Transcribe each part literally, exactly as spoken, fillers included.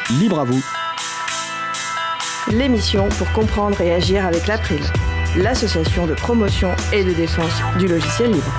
libre à vous. L'émission pour comprendre et agir avec l'April, l'association de promotion et de défense du logiciel libre.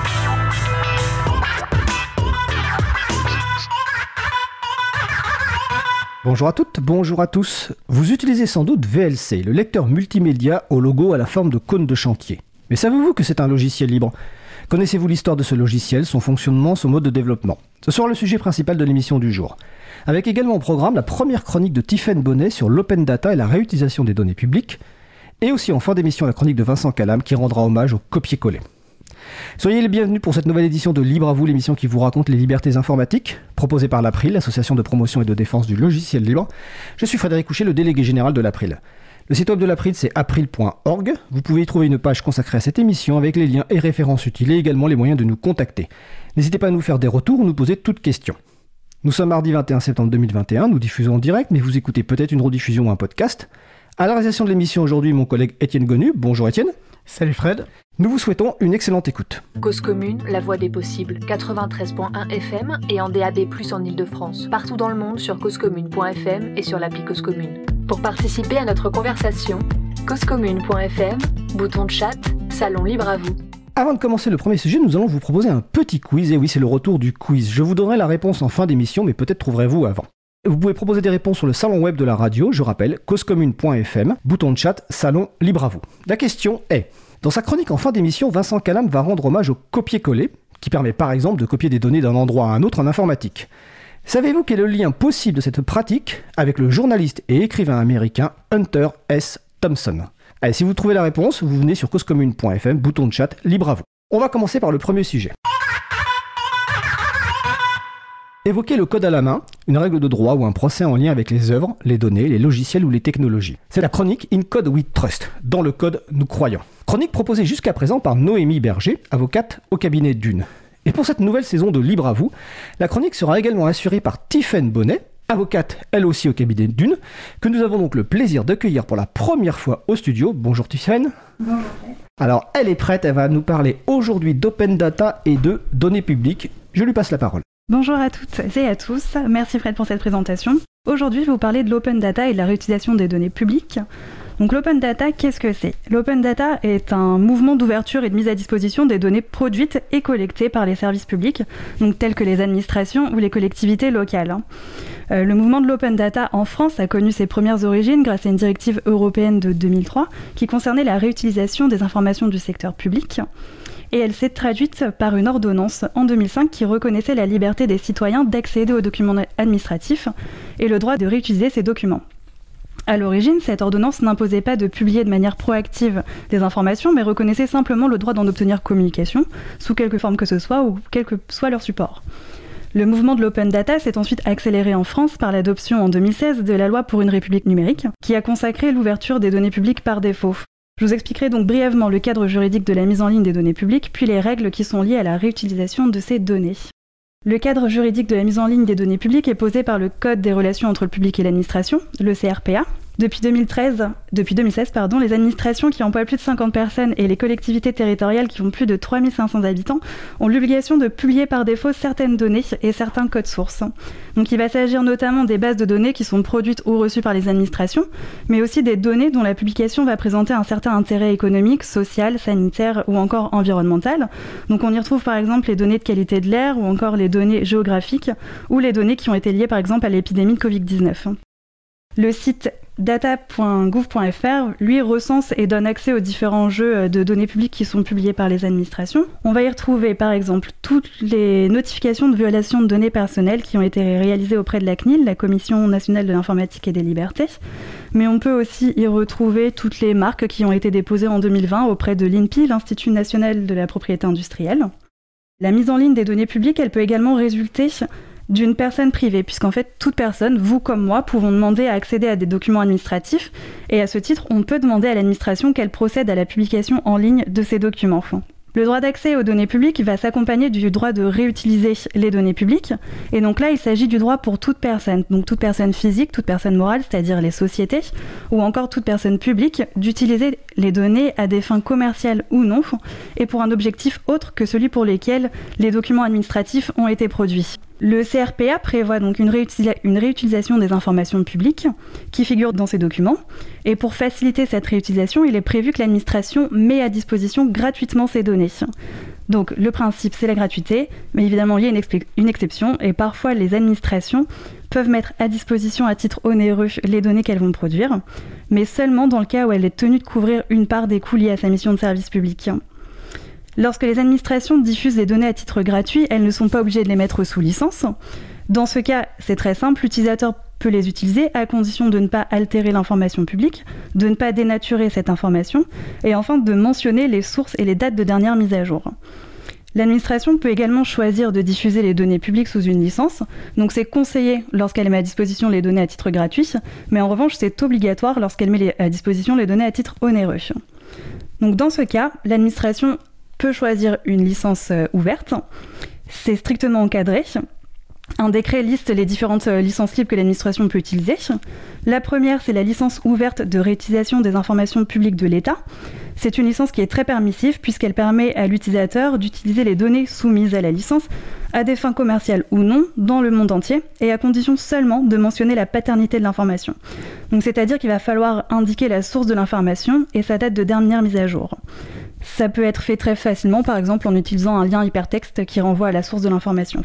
Bonjour à toutes, bonjour à tous. Vous utilisez sans doute V L C, le lecteur multimédia au logo à la forme de cône de chantier. Mais savez-vous que c'est un logiciel libre ? Connaissez-vous l'histoire de ce logiciel, son fonctionnement, son mode de développement ? Ce sera le sujet principal de l'émission du jour. Avec également au programme la première chronique de Tiffaine Bonnet sur l'open data et la réutilisation des données publiques, et aussi en fin d'émission la chronique de Vincent Calam qui rendra hommage au copier-coller. Soyez les bienvenus pour cette nouvelle édition de Libre à vous, l'émission qui vous raconte les libertés informatiques, proposée par l'April, l'association de promotion et de défense du logiciel libre. Je suis Frédéric Couchet, le délégué général de l'April. Le site web de l'April, c'est april point org. Vous pouvez y trouver une page consacrée à cette émission avec les liens et références utiles et également les moyens de nous contacter. N'hésitez pas à nous faire des retours ou nous poser toutes questions. Nous sommes mardi vingt et un septembre deux mille vingt et un, nous diffusons en direct, mais vous écoutez peut-être une rediffusion ou un podcast. À la réalisation de l'émission aujourd'hui, mon collègue Étienne Gonu. Bonjour Étienne. Salut Fred. Nous vous souhaitons une excellente écoute. Cause commune, la voix des possibles, quatre-vingt-treize virgule un F M et en D A B plus, en Ile-de-France. Partout dans le monde sur cause commune point F M et sur l'appli Cause Commune. Pour participer à notre conversation, cause commune point F M, bouton de chat, salon libre à vous. Avant de commencer le premier sujet, nous allons vous proposer un petit quiz. Et oui, c'est le retour du quiz. Je vous donnerai la réponse en fin d'émission, mais peut-être trouverez-vous avant. Vous pouvez proposer des réponses sur le salon web de la radio, je rappelle, cause commune point F M, bouton de chat, salon libre à vous. La question est, dans sa chronique en fin d'émission, Vincent Calam va rendre hommage au copier-coller, qui permet par exemple de copier des données d'un endroit à un autre en informatique. Savez-vous quel est le lien possible de cette pratique avec le journaliste et écrivain américain Hunter S. Thompson ? Allez, si vous trouvez la réponse, vous venez sur cause commune point F M, bouton de chat, libre à vous. On va commencer par le premier sujet. Évoquer le code à la main, une règle de droit ou un procès en lien avec les œuvres, les données, les logiciels ou les technologies. C'est la chronique In Code We Trust, dans le code nous croyons. Chronique proposée jusqu'à présent par Noémie Berger, avocate au cabinet Dune. Et pour cette nouvelle saison de Libre à vous, la chronique sera également assurée par Tiffaine Bonnet, avocate elle aussi au cabinet Dune, que nous avons donc le plaisir d'accueillir pour la première fois au studio. Bonjour Tiffaine. Bonjour. Alors elle est prête, elle va nous parler aujourd'hui d'open data et de données publiques. Je lui passe la parole. Bonjour à toutes et à tous, merci Fred pour cette présentation. Aujourd'hui, je vais vous parler de l'open data et de la réutilisation des données publiques. Donc l'open data, qu'est-ce que c'est ? L'open data est un mouvement d'ouverture et de mise à disposition des données produites et collectées par les services publics, donc tels que les administrations ou les collectivités locales. Euh, le mouvement de l'open data en France a connu ses premières origines grâce à une directive européenne de deux mille trois qui concernait la réutilisation des informations du secteur public. Et elle s'est traduite par une ordonnance en deux mille cinq qui reconnaissait la liberté des citoyens d'accéder aux documents administratifs et le droit de réutiliser ces documents. À l'origine, cette ordonnance n'imposait pas de publier de manière proactive des informations, mais reconnaissait simplement le droit d'en obtenir communication, sous quelque forme que ce soit ou quel que soit leur support. Le mouvement de l'open data s'est ensuite accéléré en France par l'adoption en deux mille seize de la loi pour une république numérique, qui a consacré l'ouverture des données publiques par défaut. Je vous expliquerai donc brièvement le cadre juridique de la mise en ligne des données publiques, puis les règles qui sont liées à la réutilisation de ces données. Le cadre juridique de la mise en ligne des données publiques est posé par le Code des relations entre le public et l'administration, le C R P A. Depuis deux mille treize, depuis deux mille seize, pardon, les administrations qui emploient plus de cinquante personnes et les collectivités territoriales qui ont plus de trois mille cinq cents habitants ont l'obligation de publier par défaut certaines données et certains codes sources. Donc il va s'agir notamment des bases de données qui sont produites ou reçues par les administrations, mais aussi des données dont la publication va présenter un certain intérêt économique, social, sanitaire ou encore environnemental. Donc on y retrouve par exemple les données de qualité de l'air ou encore les données géographiques ou les données qui ont été liées par exemple à l'épidémie de covid dix-neuf. Le site data point gouv point f r, lui, recense et donne accès aux différents jeux de données publiques qui sont publiés par les administrations. On va y retrouver, par exemple, toutes les notifications de violation de données personnelles qui ont été réalisées auprès de la C N I L, la Commission nationale de l'informatique et des libertés. Mais on peut aussi y retrouver toutes les marques qui ont été déposées en deux mille vingt auprès de l'I N P I, l'Institut national de la propriété industrielle. La mise en ligne des données publiques, elle peut également résulter d'une personne privée, puisqu'en fait, toute personne, vous comme moi, pouvons demander à accéder à des documents administratifs, et à ce titre, on peut demander à l'administration qu'elle procède à la publication en ligne de ces documents. Le droit d'accès aux données publiques va s'accompagner du droit de réutiliser les données publiques. Et donc là, il s'agit du droit pour toute personne, donc toute personne physique, toute personne morale, c'est-à-dire les sociétés, ou encore toute personne publique, d'utiliser les données à des fins commerciales ou non, et pour un objectif autre que celui pour lequel les documents administratifs ont été produits. Le C R P A prévoit donc une, réutila- une réutilisation des informations publiques qui figurent dans ces documents. Et pour faciliter cette réutilisation, il est prévu que l'administration met à disposition gratuitement ces données. Donc le principe, c'est la gratuité, mais évidemment, il y a une, expé- une exception. Et parfois, les administrations peuvent mettre à disposition à titre onéreux les données qu'elles vont produire, mais seulement dans le cas où elle est tenue de couvrir une part des coûts liés à sa mission de service public. Lorsque les administrations diffusent des données à titre gratuit, elles ne sont pas obligées de les mettre sous licence. Dans ce cas, c'est très simple, l'utilisateur peut les utiliser à condition de ne pas altérer l'information publique, de ne pas dénaturer cette information, et enfin de mentionner les sources et les dates de dernière mise à jour. L'administration peut également choisir de diffuser les données publiques sous une licence, donc c'est conseillé lorsqu'elle met à disposition les données à titre gratuit, mais en revanche c'est obligatoire lorsqu'elle met à disposition les données à titre onéreux. Donc dans ce cas, l'administration peut choisir une licence ouverte, c'est strictement encadré. Un décret liste les différentes licences libres que l'administration peut utiliser. La première, c'est la licence ouverte de réutilisation des informations publiques de l'État. C'est une licence qui est très permissive puisqu'elle permet à l'utilisateur d'utiliser les données soumises à la licence à des fins commerciales ou non dans le monde entier et à condition seulement de mentionner la paternité de l'information. Donc, c'est-à-dire qu'il va falloir indiquer la source de l'information et sa date de dernière mise à jour. Ça peut être fait très facilement, par exemple en utilisant un lien hypertexte qui renvoie à la source de l'information.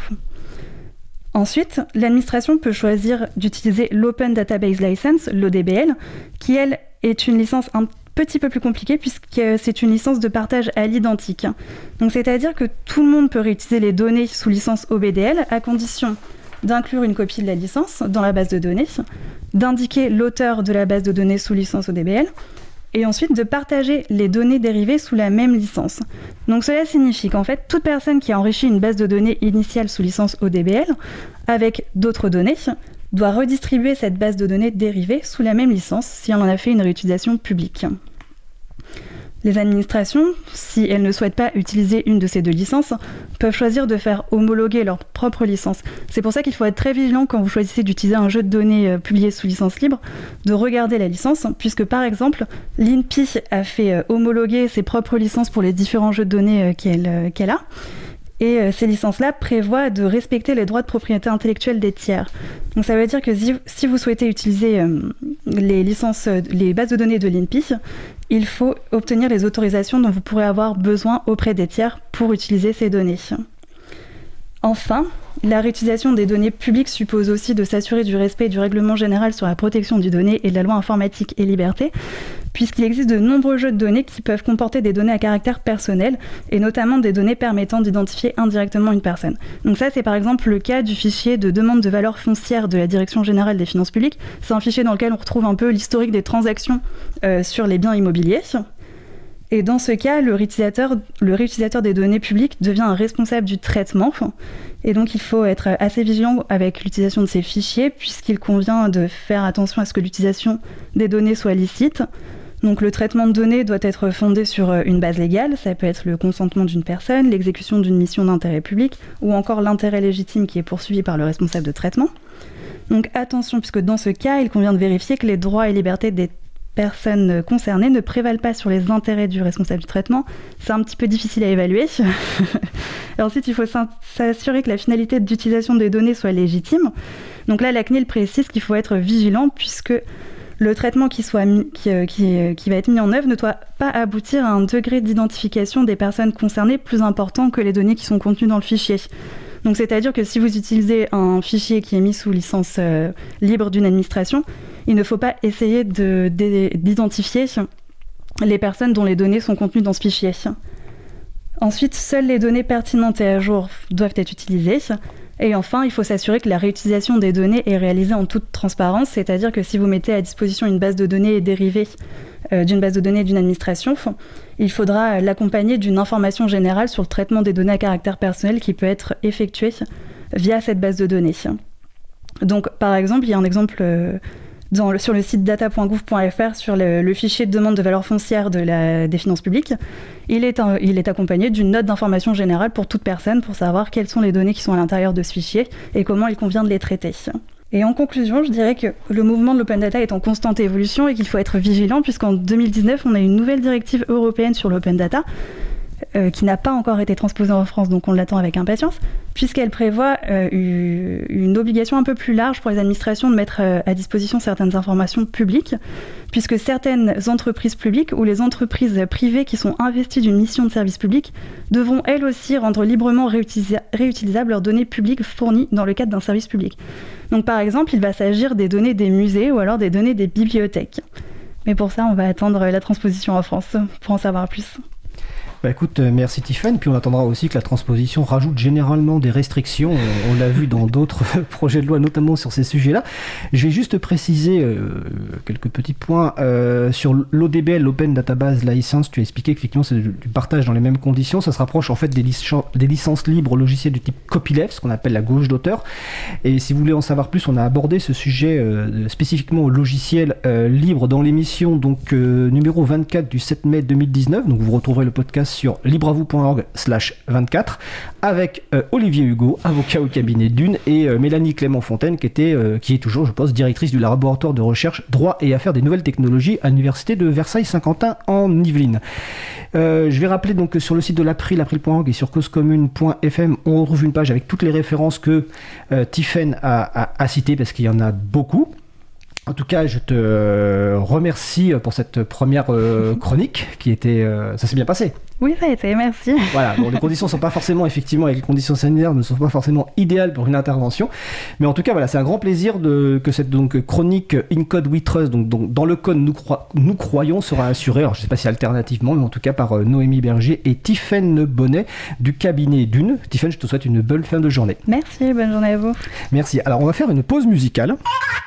Ensuite, l'administration peut choisir d'utiliser l'Open Database License, l'O D B L, qui, elle, est une licence un petit peu plus compliquée puisque c'est une licence de partage à l'identique. Donc, c'est-à-dire que tout le monde peut réutiliser les données sous licence O B D L à condition d'inclure une copie de la licence dans la base de données, d'indiquer l'auteur de la base de données sous licence O D B L, et ensuite de partager les données dérivées sous la même licence. Donc cela signifie qu'en fait, toute personne qui a enrichi une base de données initiale sous licence O D B L avec d'autres données doit redistribuer cette base de données dérivée sous la même licence si elle en a fait une réutilisation publique. Les administrations, si elles ne souhaitent pas utiliser une de ces deux licences, peuvent choisir de faire homologuer leur propre licence. C'est pour ça qu'il faut être très vigilant quand vous choisissez d'utiliser un jeu de données euh, publié sous licence libre, de regarder la licence, puisque par exemple, l'I N P I a fait euh, homologuer ses propres licences pour les différents jeux de données euh, qu'elle, euh, qu'elle a. Et euh, ces licences-là prévoient de respecter les droits de propriété intellectuelle des tiers. Donc ça veut dire que si, si vous souhaitez utiliser euh, les licences, euh, les bases de données de l'I N P I, il faut obtenir les autorisations dont vous pourrez avoir besoin auprès des tiers pour utiliser ces données. Enfin, la réutilisation des données publiques suppose aussi de s'assurer du respect du règlement général sur la protection des données et de la loi informatique et liberté, puisqu'il existe de nombreux jeux de données qui peuvent comporter des données à caractère personnel, et notamment des données permettant d'identifier indirectement une personne. Donc ça, c'est par exemple le cas du fichier de demande de valeur foncière de la Direction générale des finances publiques. C'est un fichier dans lequel on retrouve un peu l'historique des transactions euh, sur les biens immobiliers. Et dans ce cas, le réutilisateur, le réutilisateur des données publiques devient un responsable du traitement. Et donc, il faut être assez vigilant avec l'utilisation de ces fichiers, puisqu'il convient de faire attention à ce que l'utilisation des données soit licite. Donc, le traitement de données doit être fondé sur une base légale. Ça peut être le consentement d'une personne, l'exécution d'une mission d'intérêt public, ou encore l'intérêt légitime qui est poursuivi par le responsable de traitement. Donc, attention, puisque dans ce cas, il convient de vérifier que les droits et libertés des personnes concernées ne prévalent pas sur les intérêts du responsable du traitement. C'est un petit peu difficile à évaluer. Et ensuite, il faut s'assurer que la finalité d'utilisation des données soit légitime. Donc là, la C N I L précise qu'il faut être vigilant puisque le traitement qui, soit mis, qui, qui, qui va être mis en œuvre ne doit pas aboutir à un degré d'identification des personnes concernées plus important que les données qui sont contenues dans le fichier. Donc c'est-à-dire que si vous utilisez un fichier qui est mis sous licence euh, libre d'une administration, il ne faut pas essayer de, de, d'identifier les personnes dont les données sont contenues dans ce fichier. Ensuite, seules les données pertinentes et à jour doivent être utilisées. Et enfin, il faut s'assurer que la réutilisation des données est réalisée en toute transparence, c'est-à-dire que si vous mettez à disposition une base de données dérivée euh, d'une base de données d'une administration, il faudra l'accompagner d'une information générale sur le traitement des données à caractère personnel qui peut être effectué via cette base de données. Donc, par exemple, il y a un exemple euh, dans le, sur le site data point gouv point f r sur le, le fichier de demande de valeur foncière de la, des finances publiques. Il est, un, il est accompagné d'une note d'information générale pour toute personne pour savoir quelles sont les données qui sont à l'intérieur de ce fichier et comment il convient de les traiter. Et en conclusion, je dirais que le mouvement de l'open data est en constante évolution et qu'il faut être vigilant puisqu'en deux mille dix-neuf, on a une nouvelle directive européenne sur l'open data euh, qui n'a pas encore été transposée en France, donc on l'attend avec impatience, puisqu'elle prévoit euh, une obligation un peu plus large pour les administrations de mettre euh, à disposition certaines informations publiques, puisque certaines entreprises publiques ou les entreprises privées qui sont investies d'une mission de service public devront elles aussi rendre librement réutilisa- réutilisables leurs données publiques fournies dans le cadre d'un service public. Donc par exemple, il va s'agir des données des musées ou alors des données des bibliothèques. Mais pour ça, on va attendre la transposition en France pour en savoir plus. Bah écoute, euh, merci Tiffany, puis on attendra aussi que la transposition rajoute généralement des restrictions, on, on l'a vu dans d'autres projets de loi, notamment sur ces sujets-là. Je vais juste préciser euh, quelques petits points euh, sur l'O D B L, l'Open Database License. Tu as expliqué qu'effectivement c'est du, du partage dans les mêmes conditions, ça se rapproche en fait des, lic- des licences libres logicielles du type copyleft, ce qu'on appelle la gauche d'auteur. Et si vous voulez en savoir plus, on a abordé ce sujet euh, spécifiquement au logiciel euh, libre dans l'émission donc euh, numéro vingt-quatre du sept mai deux mille dix-neuf, donc vous retrouverez le podcast sur libravou.org slash vingt-quatre avec euh, Olivier Hugo, avocat au cabinet Dune, et euh, Mélanie Clément-Fontaine qui, était, euh, qui est toujours, je pense, directrice du laboratoire de recherche droit et affaires des nouvelles technologies à l'université de Versailles-Saint-Quentin en Yvelines. Euh, je vais rappeler donc que sur le site de l'April, april point org et sur causecommune point f m, on retrouve une page avec toutes les références que euh, Tiffen a, a, a citées parce qu'il y en a beaucoup. En tout cas, je te remercie pour cette première euh, chronique qui était... Euh, ça s'est bien passé. Oui, ça a été, merci. Voilà, bon, les conditions ne sont pas forcément, effectivement, avec les conditions sanitaires, ne sont pas forcément idéales pour une intervention. Mais en tout cas, voilà, c'est un grand plaisir de, que cette donc, chronique In Code We Trust, donc, donc dans le code nous, croi- nous croyons, sera assurée, alors je ne sais pas si alternativement, mais en tout cas par euh, Noémie Berger et Tiffen Bonnet du cabinet Dune. Tiffen, je te souhaite une bonne fin de journée. Merci, bonne journée à vous. Merci. Alors, on va faire une pause musicale.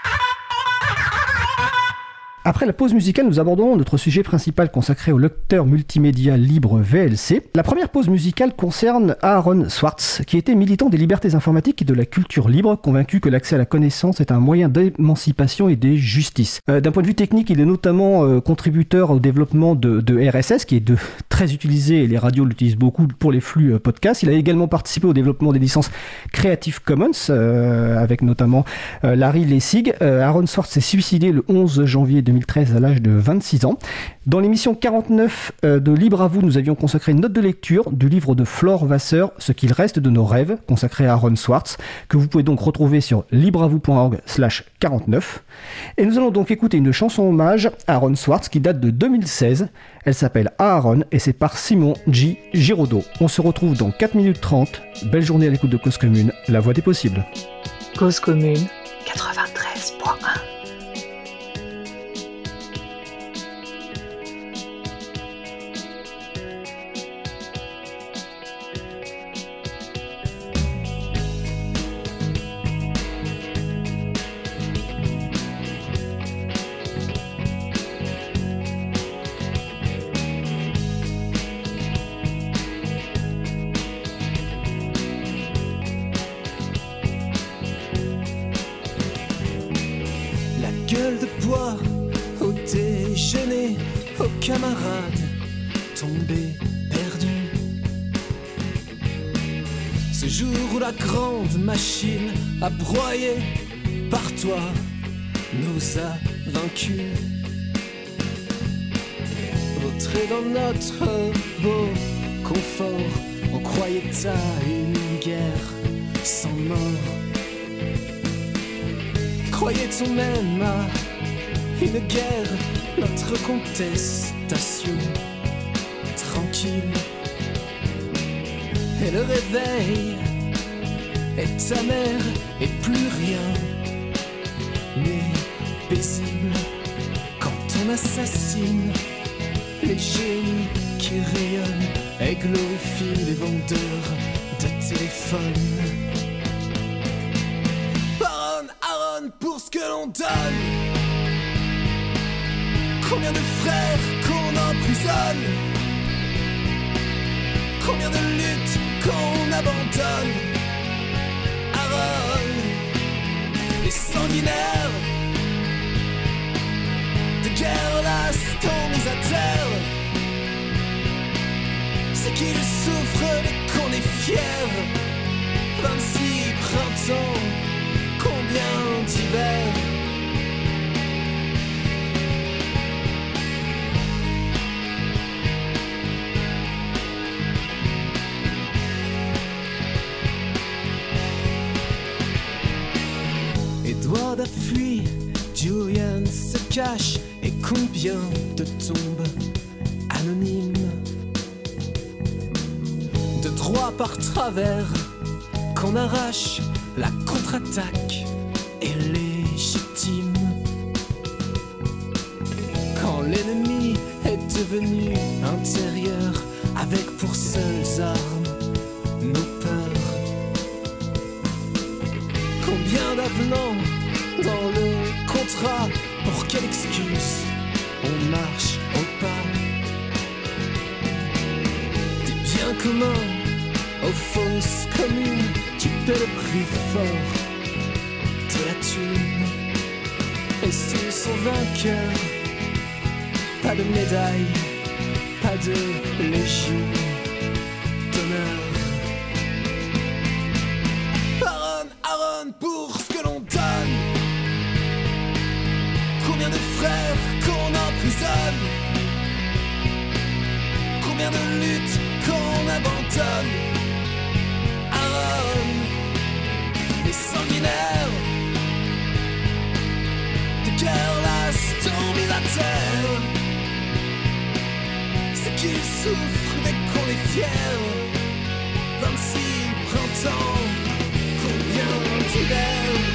Après la pause musicale, nous abordons notre sujet principal consacré au lecteur multimédia libre V L C. La première pause musicale concerne Aaron Swartz, qui était militant des libertés informatiques et de la culture libre, convaincu que l'accès à la connaissance est un moyen d'émancipation et de justice. Euh, d'un point de vue technique, il est notamment euh, contributeur au développement de, de R S S, qui est de, très utilisé, et les radios l'utilisent beaucoup pour les flux euh, podcasts. Il a également participé au développement des licences Creative Commons, euh, avec notamment euh, Larry Lessig. Euh, Aaron Swartz s'est suicidé le onze janvier deux mille treize à l'âge de vingt-six ans. Dans l'émission quarante-neuf euh, de Libre à vous, nous avions consacré une note de lecture du livre de Flore Vasseur, Ce qu'il reste de nos rêves, consacré à Aaron Swartz, que vous pouvez donc retrouver sur libreavou.org slash quarante-neuf. Et nous allons donc écouter une chanson hommage à Aaron Swartz qui date de deux mille seize. Elle s'appelle Aaron et c'est par Simon J. Giraudot. On se retrouve dans quatre minutes trente. Belle journée à l'écoute de Cause Commune, la voix des possibles. Cause Commune quatre-vingt-treize point un. Gueule de bois au déjeuner, aux camarades tombés perdus. Ce jour où la grande machine à broyer par toi nous a vaincus. Vautrés dans notre beau confort, on croyait à une guerre sans mort. Croyait-on même à une guerre, notre contestation tranquille? Et le réveil est amer et plus rien n'est paisible quand on assassine les génies qui rayonnent et glorifient les vendeurs de téléphones. Pour ce que l'on donne, combien de frères qu'on emprisonne, combien de luttes qu'on abandonne. Aaron, les sanguinaires de guerre lasse t'ont mis à terre. C'est qu'ils souffrent dès qu'on est fier. Vingt-six printemps, combien d'hiver. Edward a fui, Julian se cache, et combien de tombes anonymes, de droit par travers qu'on arrache, la contre-attaque est légitime. Quand l'ennemi est devenu intérieur, avec pour seules armes nos peurs. Combien d'avenants dans le contrat, pour quelle excuse on marche au pas? Des biens communs aux fausses communes, tu paies le prix fort de la thune. Et sous son vainqueur, pas de médaille, pas de légion d'honneur. Aaron, Aaron, pour ce que l'on donne. Combien de frères qu'on emprisonne, combien de luttes qu'on abandonne. Aaron, les sanguinaires de guerre lasse tombent à terre. C'est qu'ils souffrent dès qu'on est fier. Vingt-six printemps, combien d'hivers.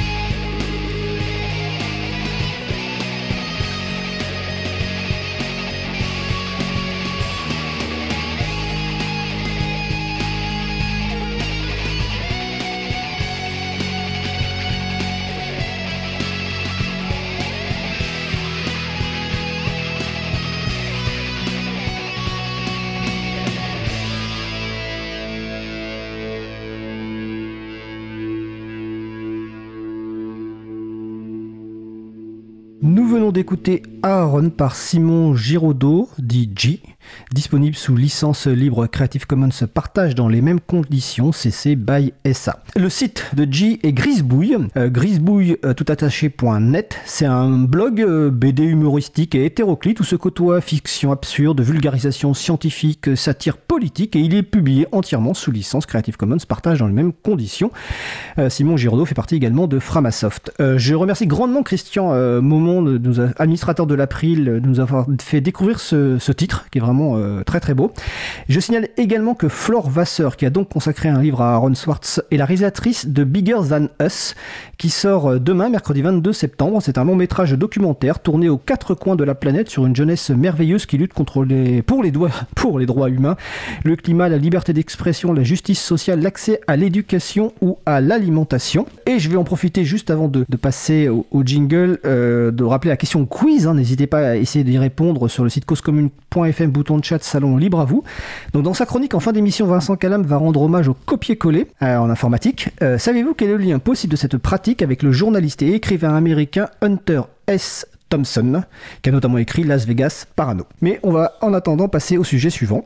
Nous venons d'écouter Aaron par Simon Giraudot, dit G, disponible sous licence libre Creative Commons partage dans les mêmes conditions, C C by S A. Le site de G est Grisbouille, euh, grisbouille euh, toutattaché point net. C'est un blog euh, B D humoristique et hétéroclite où se côtoient fiction absurde, vulgarisation scientifique, satire politique, et il est publié entièrement sous licence Creative Commons partage dans les mêmes conditions. Euh, Simon Giraudot fait partie également de Framasoft. Euh, je remercie grandement Christian euh, Momon, de nous a, administrateur de l'April, de nous avoir fait découvrir ce, ce titre qui est vraiment euh, très très beau. Je signale également que Flore Vasseur, qui a donc consacré un livre à Aaron Swartz, est la réalisatrice de Bigger Than Us, qui sort demain, mercredi vingt-deux septembre. C'est un long métrage documentaire tourné aux quatre coins de la planète sur une jeunesse merveilleuse qui lutte contre les, pour, les doigts, pour les droits humains, le climat, la liberté d'expression, la justice sociale, l'accès à l'éducation ou à l'alimentation. Et je vais en profiter juste avant de, de passer au, au jingle, euh, de rappeler la question quiz, hein. N'hésitez pas à essayer d'y répondre sur le site causecommune point f m, bouton de chat, salon libre à vous. Donc dans sa chronique en fin d'émission, Vincent Calam va rendre hommage au copier-coller euh, en informatique. Euh, savez-vous quel est le lien possible de cette pratique avec le journaliste et écrivain américain Hunter S. Thompson, qui a notamment écrit Las Vegas Parano. Mais on va en attendant passer au sujet suivant.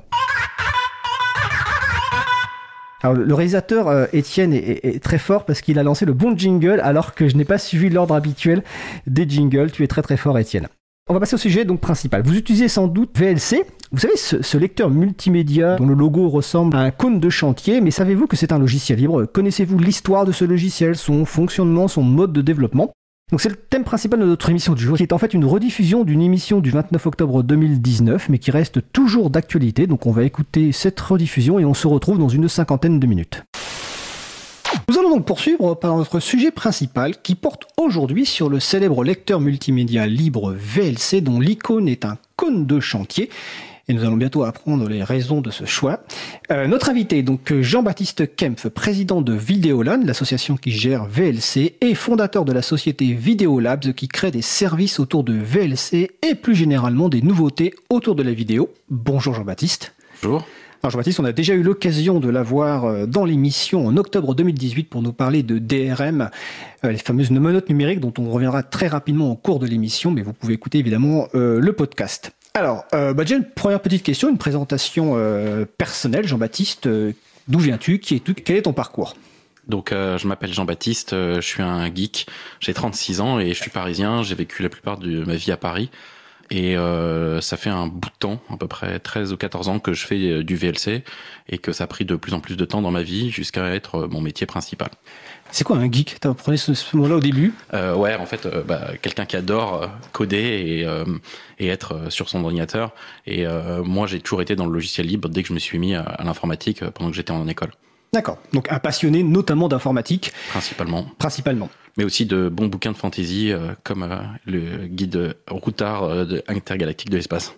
Alors, le réalisateur euh, Étienne est, est, est très fort parce qu'il a lancé le bon jingle alors que je n'ai pas suivi l'ordre habituel des jingles. Tu es très très fort, Étienne. On va passer au sujet donc principal. Vous utilisez sans doute V L C. Vous savez, ce, ce lecteur multimédia dont le logo ressemble à un cône de chantier, mais savez-vous que c'est un logiciel libre? Connaissez-vous l'histoire de ce logiciel, son fonctionnement, son mode de développement? Donc c'est le thème principal de notre émission du jour, qui est en fait une rediffusion d'une émission du vingt-neuf octobre deux mille dix-neuf, mais qui reste toujours d'actualité. Donc on va écouter cette rediffusion et on se retrouve dans une cinquantaine de minutes. Nous allons donc poursuivre par notre sujet principal qui porte aujourd'hui sur le célèbre lecteur multimédia libre V L C dont l'icône est un cône de chantier. Et nous allons bientôt apprendre les raisons de ce choix. Euh, notre invité est donc Jean-Baptiste Kempf, président de Videoland, l'association qui gère V L C, et fondateur de la société Videolabs qui crée des services autour de V L C et plus généralement des nouveautés autour de la vidéo. Bonjour Jean-Baptiste. Bonjour. Alors Jean-Baptiste, on a déjà eu l'occasion de l'avoir dans l'émission en octobre deux mille dix-huit pour nous parler de D R M, les fameuses menottes numériques dont on reviendra très rapidement au cours de l'émission, mais vous pouvez écouter évidemment euh, le podcast. Alors, euh, bah déjà une première petite question, une présentation euh, personnelle. Jean-Baptiste, euh, d'où viens-tu? Qui es-tu? Quel est ton parcours? Donc, euh, je m'appelle Jean-Baptiste, euh, je suis un geek, j'ai trente-six ans et je suis parisien, j'ai vécu la plupart de ma vie à Paris. Et euh, ça fait un bout de temps, à peu près treize ou quatorze ans que je fais du V L C et que ça a pris de plus en plus de temps dans ma vie jusqu'à être mon métier principal. C'est quoi un geek? Tu apprenais ce, ce mot-là au début? euh, Ouais, en fait, euh, bah, quelqu'un qui adore euh, coder et, euh, et être euh, sur son ordinateur. Et euh, moi, j'ai toujours été dans le logiciel libre dès que je me suis mis à, à l'informatique euh, pendant que j'étais en école. D'accord. Donc un passionné notamment d'informatique. Principalement. Principalement. Mais aussi de bons bouquins de fantasy euh, comme euh, le guide Routard euh, de intergalactique de l'espace.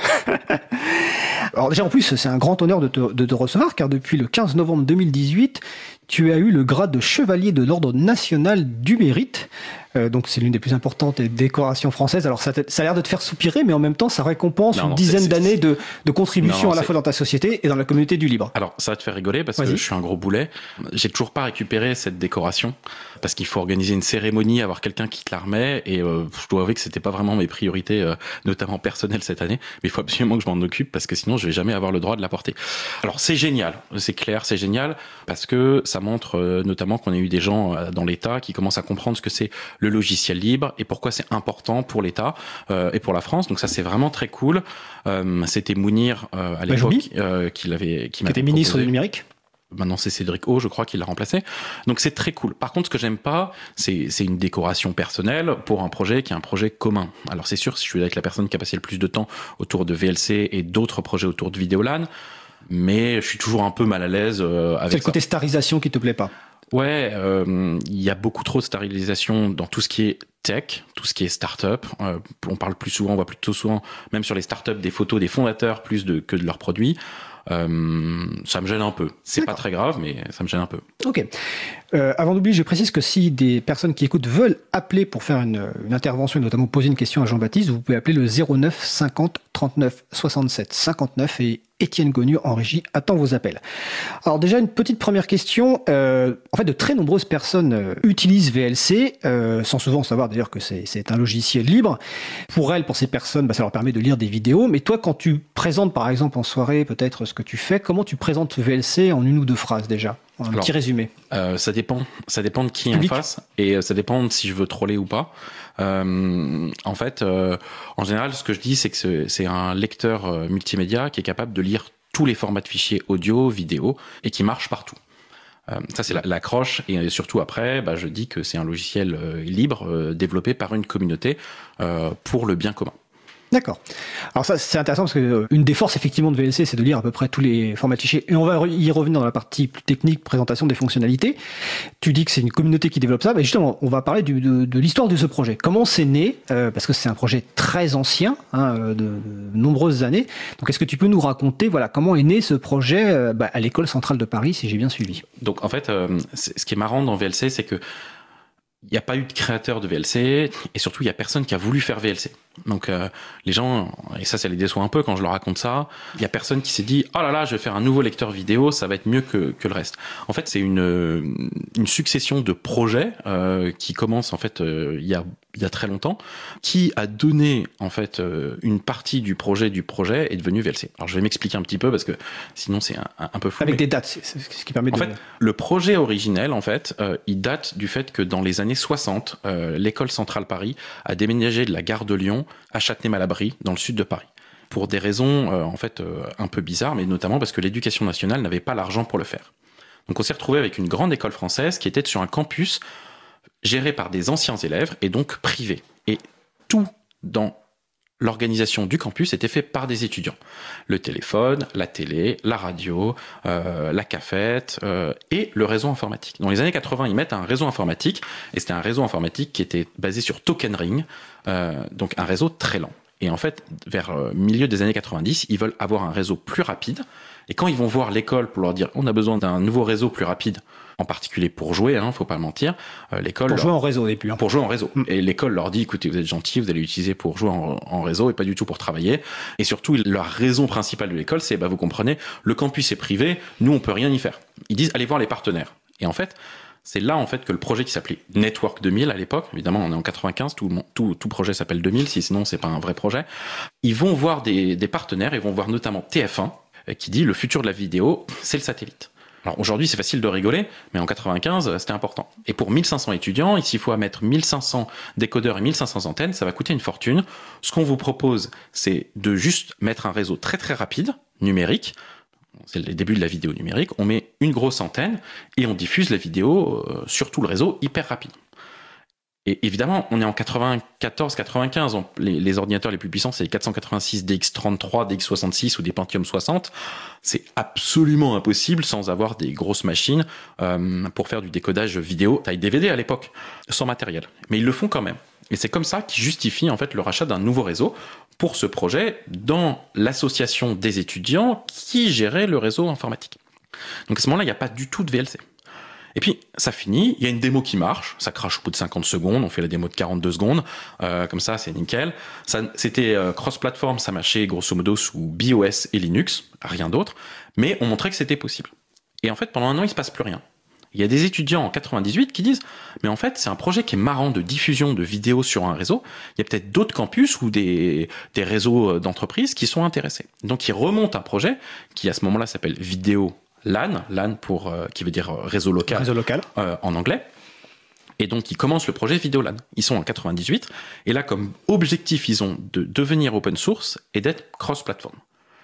Alors déjà en plus c'est un grand honneur de te, de te recevoir car depuis le quinze novembre deux mille dix-huit tu as eu le grade de chevalier de l'ordre national du mérite. Euh, donc c'est l'une des plus importantes décorations françaises. Alors ça, ça a l'air de te faire soupirer, mais en même temps ça récompense non, une non, dizaine c'est, d'années c'est... De, de contribution non, non, à la c'est... fois dans ta société et dans la communauté du libre. Alors ça va te faire rigoler parce Vas-y. que je suis un gros boulet. J'ai toujours pas récupéré cette décoration parce qu'il faut organiser une cérémonie, avoir quelqu'un qui te la remet et euh, je dois avouer que c'était pas vraiment mes priorités, euh, notamment personnelles cette année. Mais il faut absolument que je m'en occupe parce que sinon je vais jamais avoir le droit de la porter. Alors c'est génial, c'est clair, c'est génial parce que ça montre euh, notamment qu'on a eu des gens euh, dans l'État qui commencent à comprendre ce que c'est le logiciel libre et pourquoi c'est important pour l'État euh, et pour la France. Donc ça c'est vraiment très cool. Euh, c'était Mounir euh, à l'époque euh, qui l'avait, qui, qui était ministre proposé. Du numérique. Maintenant c'est Cédric O, je crois, qui l'a remplacé. Donc c'est très cool. Par contre, ce que j'aime pas, c'est, c'est une décoration personnelle pour un projet qui est un projet commun. Alors c'est sûr, si je suis avec la personne qui a passé le plus de temps autour de V L C et d'autres projets autour de Vidéolan, mais je suis toujours un peu mal à l'aise euh, avec ça. C'est le côté starisation qui te plaît pas? Ouais, il euh, y a beaucoup trop de stérilisation dans tout ce qui est tech, tout ce qui est start-up. Euh, on parle plus souvent, on voit plutôt souvent, même sur les start-up, des photos des fondateurs plus de, que de leurs produits. Euh, ça me gêne un peu. C'est D'accord. pas très grave, mais ça me gêne un peu. Ok. Euh, avant d'oublier, je précise que si des personnes qui écoutent veulent appeler pour faire une, une intervention et notamment poser une question à Jean-Baptiste, vous pouvez appeler le zéro neuf cinquante trente-neuf soixante-sept cinquante-neuf et Étienne Gonu en régie attend vos appels. Alors déjà une petite première question. Euh, en fait, de très nombreuses personnes euh, utilisent V L C, euh, sans souvent savoir d'ailleurs que c'est, c'est un logiciel libre. Pour elles, pour ces personnes, bah, ça leur permet de lire des vidéos. Mais toi, quand tu présentes par exemple en soirée peut-être ce que tu fais, comment tu présentes V L C en une ou deux phrases déjà? Un Alors, petit résumé. Euh, ça dépend. Ça dépend de qui est en face et ça dépend de si je veux troller ou pas. Euh, en fait, euh, en général, ce que je dis, c'est que c'est, c'est un lecteur euh, multimédia qui est capable de lire tous les formats de fichiers audio, vidéo et qui marche partout. Euh, ça, c'est la, l'accroche. Et surtout après, bah, je dis que c'est un logiciel euh, libre euh, développé par une communauté euh, pour le bien commun. D'accord. Alors ça, c'est intéressant parce que euh, une des forces effectivement de V L C, c'est de lire à peu près tous les formats de fichiers. Et on va y revenir dans la partie plus technique, présentation des fonctionnalités. Tu dis que c'est une communauté qui développe ça. Mais justement, on va parler du, de, de l'histoire de ce projet. Comment c'est né euh, parce que c'est un projet très ancien, hein, de, de nombreuses années. Donc, est-ce que tu peux nous raconter, voilà, comment est né ce projet euh, bah, à l'école centrale de Paris, si j'ai bien suivi? Donc, en fait, euh, ce qui est marrant dans V L C, c'est que il n'y a pas eu de créateur de V L C et surtout il n'y a personne qui a voulu faire V L C. Donc euh, les gens, et ça ça les déçoit un peu quand je leur raconte ça, il n'y a personne qui s'est dit « Oh là là, je vais faire un nouveau lecteur vidéo, ça va être mieux que, que le reste ». En fait c'est une, une succession de projets euh, qui commencent en fait euh, il y a il y a très longtemps, qui a donné en fait euh, une partie du projet du projet est devenu V L C. Alors je vais m'expliquer un petit peu parce que sinon c'est un, un, un peu fou. Avec mais... des dates, c'est, c'est ce qui permet en de... En fait, le projet originel en fait, euh, il date du fait que dans les années soixante, euh, l'école centrale Paris a déménagé de la gare de Lyon à Châtenay-Malabry, dans le sud de Paris. Pour des raisons euh, en fait euh, un peu bizarres, mais notamment parce que l'éducation nationale n'avait pas l'argent pour le faire. Donc on s'est retrouvé avec une grande école française qui était sur un campus géré par des anciens élèves et donc privé. Et tout dans l'organisation du campus était fait par des étudiants. Le téléphone, la télé, la radio, euh, la cafette euh, et le réseau informatique. Dans les années quatre-vingts, ils mettent un réseau informatique et c'était un réseau informatique qui était basé sur Token Ring, euh, donc un réseau très lent. Et en fait, vers le milieu des années quatre-vingt-dix, ils veulent avoir un réseau plus rapide. Et quand ils vont voir l'école pour leur dire on a besoin d'un nouveau réseau plus rapide, en particulier pour jouer, hein, faut pas mentir, euh, l'école... Pour leur... jouer en réseau au début. Hein. Pour jouer en réseau. Mm. Et l'école leur dit écoutez, vous êtes gentils, vous allez l'utiliser pour jouer en, en réseau et pas du tout pour travailler. Et surtout, leur raison principale de l'école, c'est, bah, vous comprenez, le campus est privé, nous on peut rien y faire. Ils disent allez voir les partenaires. Et en fait... C'est là en fait que le projet qui s'appelait Network deux mille à l'époque, évidemment on est en quatre-vingt-quinze, tout, tout, tout projet s'appelle deux mille, si sinon c'est pas un vrai projet, ils vont voir des, des partenaires, ils vont voir notamment T F un qui dit le futur de la vidéo c'est le satellite. Alors aujourd'hui c'est facile de rigoler, mais en quatre-vingt-quinze c'était important. Et pour mille cinq cents étudiants, ici il faut mettre mille cinq cents décodeurs et mille cinq cents antennes, ça va coûter une fortune. Ce qu'on vous propose c'est de juste mettre un réseau très très rapide, numérique, c'est le début de la vidéo numérique, on met une grosse antenne et on diffuse la vidéo euh, sur tout le réseau hyper rapide. Et évidemment, on est en quatre-vingt-quatorze quatre-vingt-quinze, les, les ordinateurs les plus puissants, c'est les quatre cent quatre-vingt-six D X trente-trois, D X soixante-six ou des Pentium soixante. C'est absolument impossible sans avoir des grosses machines euh, pour faire du décodage vidéo taille D V D à l'époque, sans matériel. Mais ils le font quand même. Et c'est comme ça qu'ils justifient en fait le rachat d'un nouveau réseau pour ce projet dans l'association des étudiants qui gérait le réseau informatique. Donc à ce moment-là, il n'y a pas du tout de V L C. Et puis, ça finit, il y a une démo qui marche, ça crache au bout de cinquante secondes, on fait la démo de quarante-deux secondes, euh, comme ça, c'est nickel. Ça, c'était euh, cross-platform, ça marchait grosso modo sous BeOS et Linux, rien d'autre, mais on montrait que c'était possible. Et en fait, pendant un an, il ne se passe plus rien. Il y a des étudiants en quatre-vingt-dix-huit qui disent « Mais en fait, c'est un projet qui est marrant de diffusion de vidéos sur un réseau. Il y a peut-être d'autres campus ou des, des réseaux d'entreprises qui sont intéressés. » Donc, ils remontent un projet qui, à ce moment-là, s'appelle Vidéo LAN, LAN pour, euh, qui veut dire réseau local, réseau local. Euh, en anglais. Et donc, ils commencent le projet Vidéolan. Ils sont en quatre-vingt-dix-huit. Et là, comme objectif, ils ont de devenir open source et d'être cross-platform.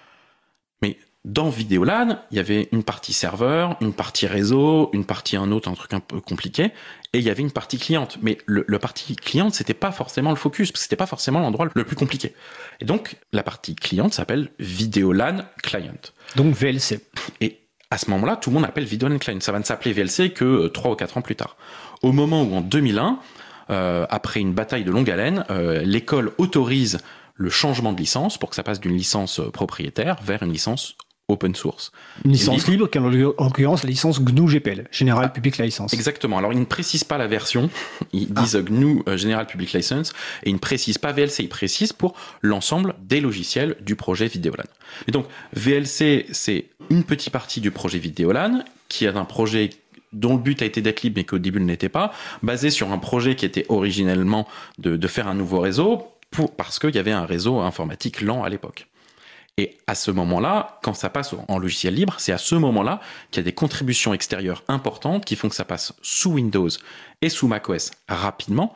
Mais dans Vidéolan, il y avait une partie serveur, une partie réseau, une partie un autre, un truc un peu compliqué. Et il y avait une partie cliente. Mais le, le partie cliente, c'était pas forcément le focus, parce que c'était pas forcément l'endroit le plus compliqué. Et donc, la partie cliente s'appelle Vidéolan Client. Donc V L C. Et à ce moment-là, tout le monde appelle Vidéolan Client. Ça va ne s'appeler V L C que trois ou quatre ans plus tard. Au moment où, en deux mille un, euh, après une bataille de longue haleine, euh, l'école autorise le changement de licence pour que ça passe d'une licence propriétaire vers une licence open source. Une licence libre, qui est en l'occurrence la licence G N U G P L, General ah, Public License. Exactement. Alors, ils ne précisent pas la version. Ils disent ah. G N U, euh, General Public License, et ils ne précisent pas V L C. Ils précisent pour l'ensemble des logiciels du projet Vidéolan. Et donc, V L C, c'est une petite partie du projet Vidéolan, qui est un projet dont le but a été d'être libre, mais qu'au début ne l'était pas, basé sur un projet qui était originellement de, de faire un nouveau réseau, pour, parce qu'il y avait un réseau informatique lent à l'époque. Et à ce moment-là, quand ça passe en logiciel libre, c'est à ce moment-là qu'il y a des contributions extérieures importantes qui font que ça passe sous Windows et sous macOS rapidement,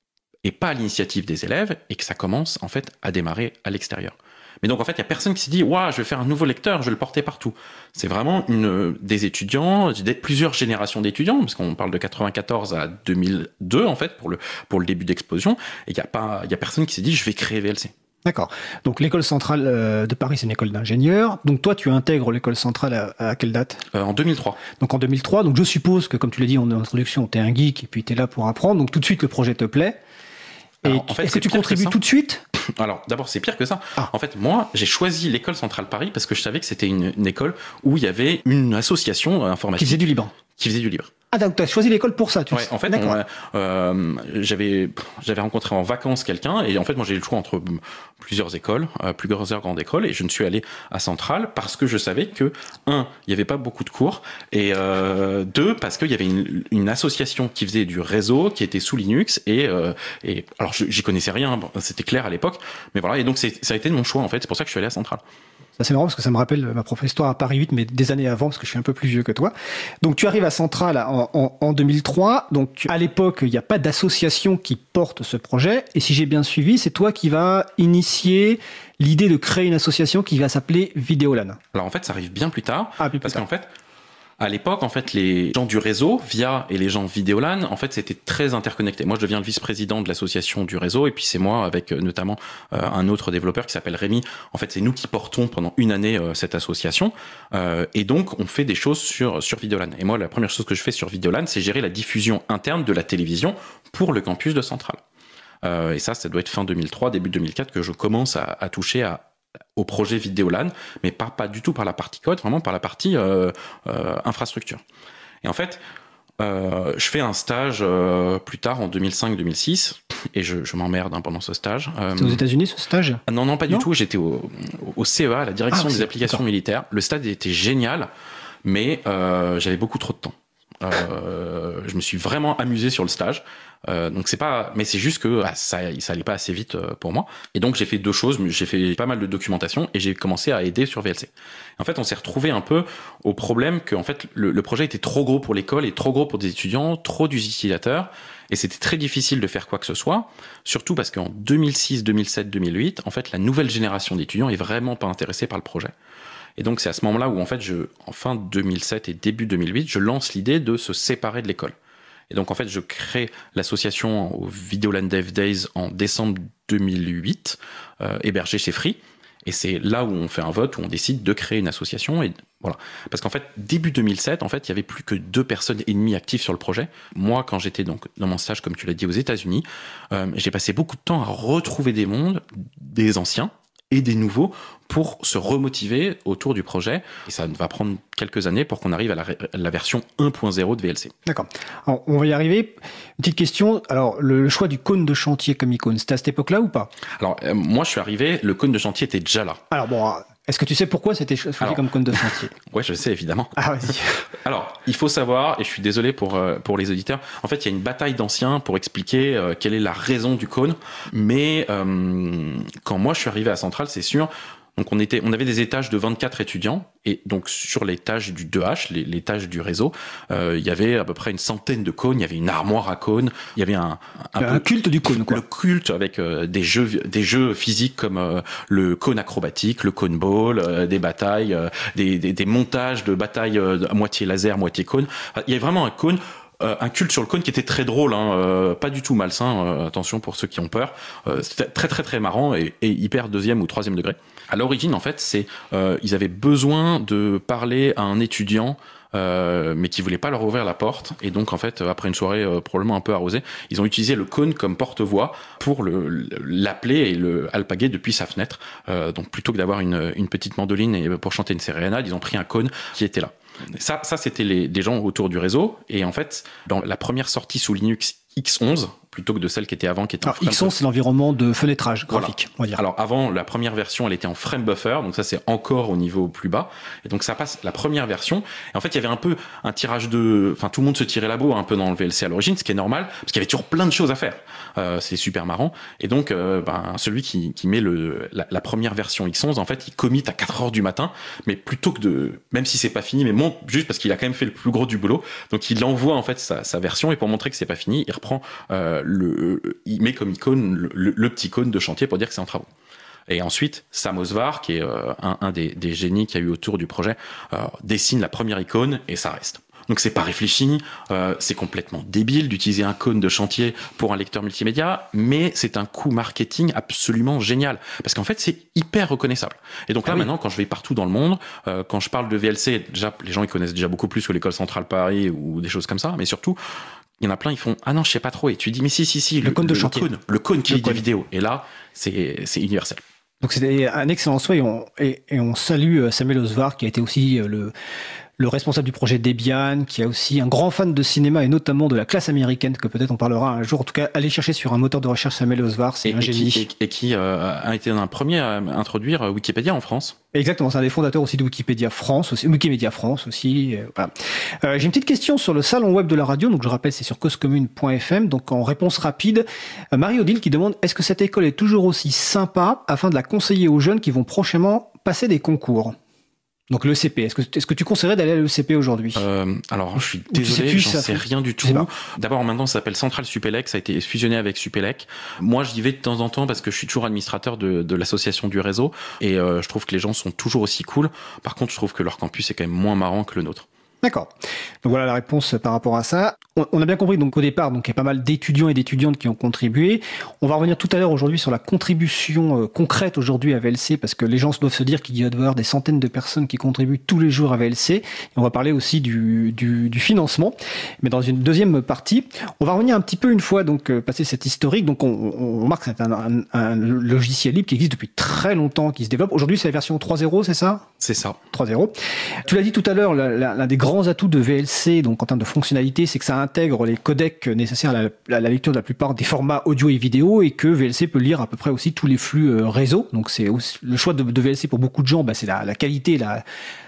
et pas à l'initiative des élèves, et que ça commence en fait à démarrer à l'extérieur. Mais donc en fait, il n'y a personne qui s'est dit « Ouah, je vais faire un nouveau lecteur, je vais le porter partout ». C'est vraiment une, des étudiants, des, plusieurs générations d'étudiants, parce qu'on parle de quatre-vingt-quatorze à deux mille deux en fait, pour le, pour le début d'explosion, et il n'y a, pas, il y a personne qui s'est dit « Je vais créer V L C ». D'accord. Donc l'école centrale de Paris, c'est une école d'ingénieurs. Donc toi, tu intègres l'école centrale à, à quelle date ? euh, En deux mille trois. Donc en deux mille trois. Donc je suppose que, comme tu l'as dit en introduction, tu es un geek et puis tu es là pour apprendre. Donc tout de suite, le projet te plaît. Et alors, en fait, est-ce que tu contribues tout de suite ? Alors d'abord, c'est pire que ça. Ah. En fait, moi, j'ai choisi l'école centrale Paris parce que je savais que c'était une, une école où il y avait une association informatique. Qui faisait du libre. Qui faisait du libre. Ah, donc tu as choisi l'école pour ça, tu ouais, sais. En fait, on, euh, j'avais, j'avais rencontré en vacances quelqu'un, et en fait, moi, j'ai eu le choix entre plusieurs écoles, euh, plusieurs grandes écoles, et je ne suis allé à Centrale parce que je savais que, un, il n'y avait pas beaucoup de cours, et euh, deux, parce qu'il y avait une, une association qui faisait du réseau, qui était sous Linux, et, euh, et alors, j'y connaissais rien, c'était clair à l'époque, mais voilà, et donc, c'est, ça a été mon choix, en fait, c'est pour ça que je suis allé à Centrale. Ça, c'est marrant parce que ça me rappelle ma prof d'histoire à Paris huit, mais des années avant, parce que je suis un peu plus vieux que toi. Donc, tu arrives à Centrale en, en, en deux mille trois. Donc, à l'époque, il n'y a pas d'association qui porte ce projet. Et si j'ai bien suivi, c'est toi qui vas initier l'idée de créer une association qui va s'appeler Vidéolan. Alors, en fait, ça arrive bien plus tard. Ah, plus parce tard. qu'en fait, à l'époque, en fait, les gens du réseau, Via, et les gens Vidéolan, en fait, c'était très interconnecté. Moi, je deviens le vice-président de l'association du réseau, et puis c'est moi, avec euh, notamment euh, un autre développeur qui s'appelle Rémi. En fait, c'est nous qui portons pendant une année euh, cette association, euh, et donc on fait des choses sur sur Vidéolan. Et moi, la première chose que je fais sur Vidéolan, c'est gérer la diffusion interne de la télévision pour le campus de Centrale. Euh, et ça, ça doit être fin deux mille trois, début deux mille quatre que je commence à, à toucher à au projet Vidéolan, mais pas, pas du tout par la partie code, vraiment par la partie euh, euh, infrastructure. Et en fait, euh, je fais un stage euh, plus tard, en deux mille cinq deux mille six, et je, je m'emmerde hein, pendant ce stage. Euh, C'est aux États-Unis, ce stage ? Non, non, pas non du tout. J'étais au, au C E A, la direction ah, des applications d'accord. militaires. Le stage était génial, mais euh, j'avais beaucoup trop de temps. Euh, je me suis vraiment amusé sur le stage. Euh, donc c'est pas, mais c'est juste que ah, ça, ça allait pas assez vite euh, pour moi. Et donc j'ai fait deux choses. J'ai fait pas mal de documentation et j'ai commencé à aider sur V L C. En fait, on s'est retrouvé un peu au problème que en fait le, le projet était trop gros pour l'école et trop gros pour des étudiants, trop d'utilisateurs. Et c'était très difficile de faire quoi que ce soit, surtout parce qu'en deux mille six, deux mille sept, deux mille huit, en fait, la nouvelle génération d'étudiants est vraiment pas intéressée par le projet. Et donc c'est à ce moment-là où en fait, je, en fin deux mille sept et début deux mille huit, je lance l'idée de se séparer de l'école. Et donc en fait, je crée l'association au Videoland Dev Days en décembre deux mille huit, euh, hébergée chez Free. Et c'est là où on fait un vote, où on décide de créer une association. Et voilà. Parce qu'en fait, début deux mille sept, en fait, il y avait plus que deux personnes et demie actives sur le projet. Moi, quand j'étais donc dans mon stage, comme tu l'as dit, aux États-Unis, euh, j'ai passé beaucoup de temps à retrouver des mondes, des anciens et des nouveaux, pour se remotiver autour du projet. Et ça va prendre quelques années pour qu'on arrive à la, à la version un point zéro de V L C. D'accord. Alors, on va y arriver. Une petite question. Alors, le choix du cône de chantier comme icône, c'était à cette époque-là ou pas? Alors, euh, moi, je suis arrivé, le cône de chantier était déjà là. Alors, bon, est-ce que tu sais pourquoi c'était choisi Alors, comme cône de chantier? Ouais, je sais, évidemment. Ah, vas-y. Alors, il faut savoir, et je suis désolé pour, euh, pour les auditeurs, en fait, il y a une bataille d'anciens pour expliquer euh, quelle est la raison du cône. Mais euh, quand moi, je suis arrivé à Centrale, c'est sûr... Donc on, était, on avait des étages de vingt-quatre étudiants, et donc sur l'étage du deux H, l'étage du réseau, euh, il y avait à peu près une centaine de cônes, il y avait une armoire à cônes, il y avait un, un, un peu, culte du cône, quoi. Le culte avec euh, des, jeux, des jeux physiques comme euh, le cône acrobatique, le cône ball, euh, des batailles, euh, des, des, des montages de batailles euh, à moitié laser, moitié cône. Enfin, il y avait vraiment un cône. Euh, un culte sur le cône qui était très drôle, hein, euh, pas du tout malsain, euh, attention pour ceux qui ont peur. Euh, c'était très très très marrant et, et hyper deuxième ou troisième degré. À l'origine, en fait, c'est euh, ils avaient besoin de parler à un étudiant, euh, mais qui voulait pas leur ouvrir la porte. Et donc, en fait, après une soirée euh, probablement un peu arrosée, ils ont utilisé le cône comme porte-voix pour le, l'appeler et le alpaguer depuis sa fenêtre. Euh, donc, plutôt que d'avoir une, une petite mandoline et pour chanter une sérénade, ils ont pris un cône qui était là. Ça, ça c'était les, des gens autour du réseau. Et en fait, dans la première sortie sous Linux X onze, plutôt que de celle qui était avant, qui était en frame X onze, c'est l'environnement de fenêtrage graphique, voilà. On va dire. Alors avant, la première version, elle était en frame buffer, donc ça c'est encore au niveau plus bas. Et donc ça passe la première version. Et en fait, il y avait un peu un tirage de... Enfin, tout le monde se tirait la bourre un peu dans le V L C à l'origine, ce qui est normal, parce qu'il y avait toujours plein de choses à faire. Euh, c'est super marrant. Et donc, euh, ben, celui qui, qui met le, la, la première version X onze, en fait, il commit à quatre heures du matin, mais plutôt que de... Même si c'est pas fini, mais monte juste parce qu'il a quand même fait le plus gros du boulot. Donc il envoie en fait sa, sa version, et pour montrer que c'est pas fini, il reprend... Euh, le, il met comme icône le, le, le petit cône de chantier pour dire que c'est en travaux. Et ensuite, Sam Osvar, qui est euh, un, un des, des génies qu'il y a eu autour du projet, euh, dessine la première icône et ça reste. Donc c'est pas réfléchi, euh, c'est complètement débile d'utiliser un cône de chantier pour un lecteur multimédia, mais c'est un coup marketing absolument génial, parce qu'en fait c'est hyper reconnaissable. Et donc là ah oui. Maintenant, quand je vais partout dans le monde, euh, quand je parle de V L C, déjà les gens ils connaissent déjà beaucoup plus que l'école centrale Paris ou des choses comme ça, mais surtout il y en a plein, ils font ah non, je sais pas trop. Et tu dis mais si si si, le, le cône de chantier, le cône, le cône qui lit des vidéos. Et là, c'est c'est universel. Donc c'était un excellent souhait et on, et, et on salue Samuel Osvar qui a été aussi le le responsable du projet Debian, qui est aussi un grand fan de cinéma et notamment de la classe américaine, que peut-être on parlera un jour. En tout cas, allez chercher sur un moteur de recherche Samuel Osvar, c'est et, un et génie. Qui, et, et qui euh, a été un premier à introduire Wikipédia en France. Exactement, c'est un des fondateurs aussi de Wikipédia France, aussi, Wikimedia France aussi. Euh, voilà. euh, j'ai une petite question sur le salon web de la radio, donc je rappelle c'est sur cause commune point f m, donc en réponse rapide, euh, Marie-Odile qui demande est-ce que cette école est toujours aussi sympa afin de la conseiller aux jeunes qui vont prochainement passer des concours? Donc l'E C P, est-ce que, est-ce que tu conseillerais d'aller à l'E C P aujourd'hui? euh, Alors, je suis désolé, j'en sais rien du tout. D'abord, maintenant, ça s'appelle Centrale Supélec, ça a été fusionné avec Supélec. Moi, j'y vais de temps en temps parce que je suis toujours administrateur de, de l'association du réseau et euh, je trouve que les gens sont toujours aussi cool. Par contre, je trouve que leur campus est quand même moins marrant que le nôtre. D'accord. Donc voilà la réponse par rapport à ça. On, on a bien compris donc au départ, donc il y a pas mal d'étudiants et d'étudiantes qui ont contribué. On va revenir tout à l'heure aujourd'hui sur la contribution euh, concrète aujourd'hui à V L C, parce que les gens doivent se dire qu'il y a d'avoir des centaines de personnes qui contribuent tous les jours à V L C. Et on va parler aussi du, du, du financement. Mais dans une deuxième partie, on va revenir un petit peu une fois donc euh, passer cette historique. Donc on, on remarque que c'est un, un, un logiciel libre qui existe depuis très longtemps, qui se développe. Aujourd'hui, c'est la version trois point zéro, c'est ça? C'est ça. trois point zéro. Tu l'as dit tout à l'heure, l'un des grands atouts de V L C, donc en termes de fonctionnalité, c'est que ça intègre les codecs nécessaires à la, à la lecture de la plupart des formats audio et vidéo, et que V L C peut lire à peu près aussi tous les flux euh, réseau. Donc c'est aussi, le choix de, de V L C pour beaucoup de gens, bah, c'est la, la qualité, la,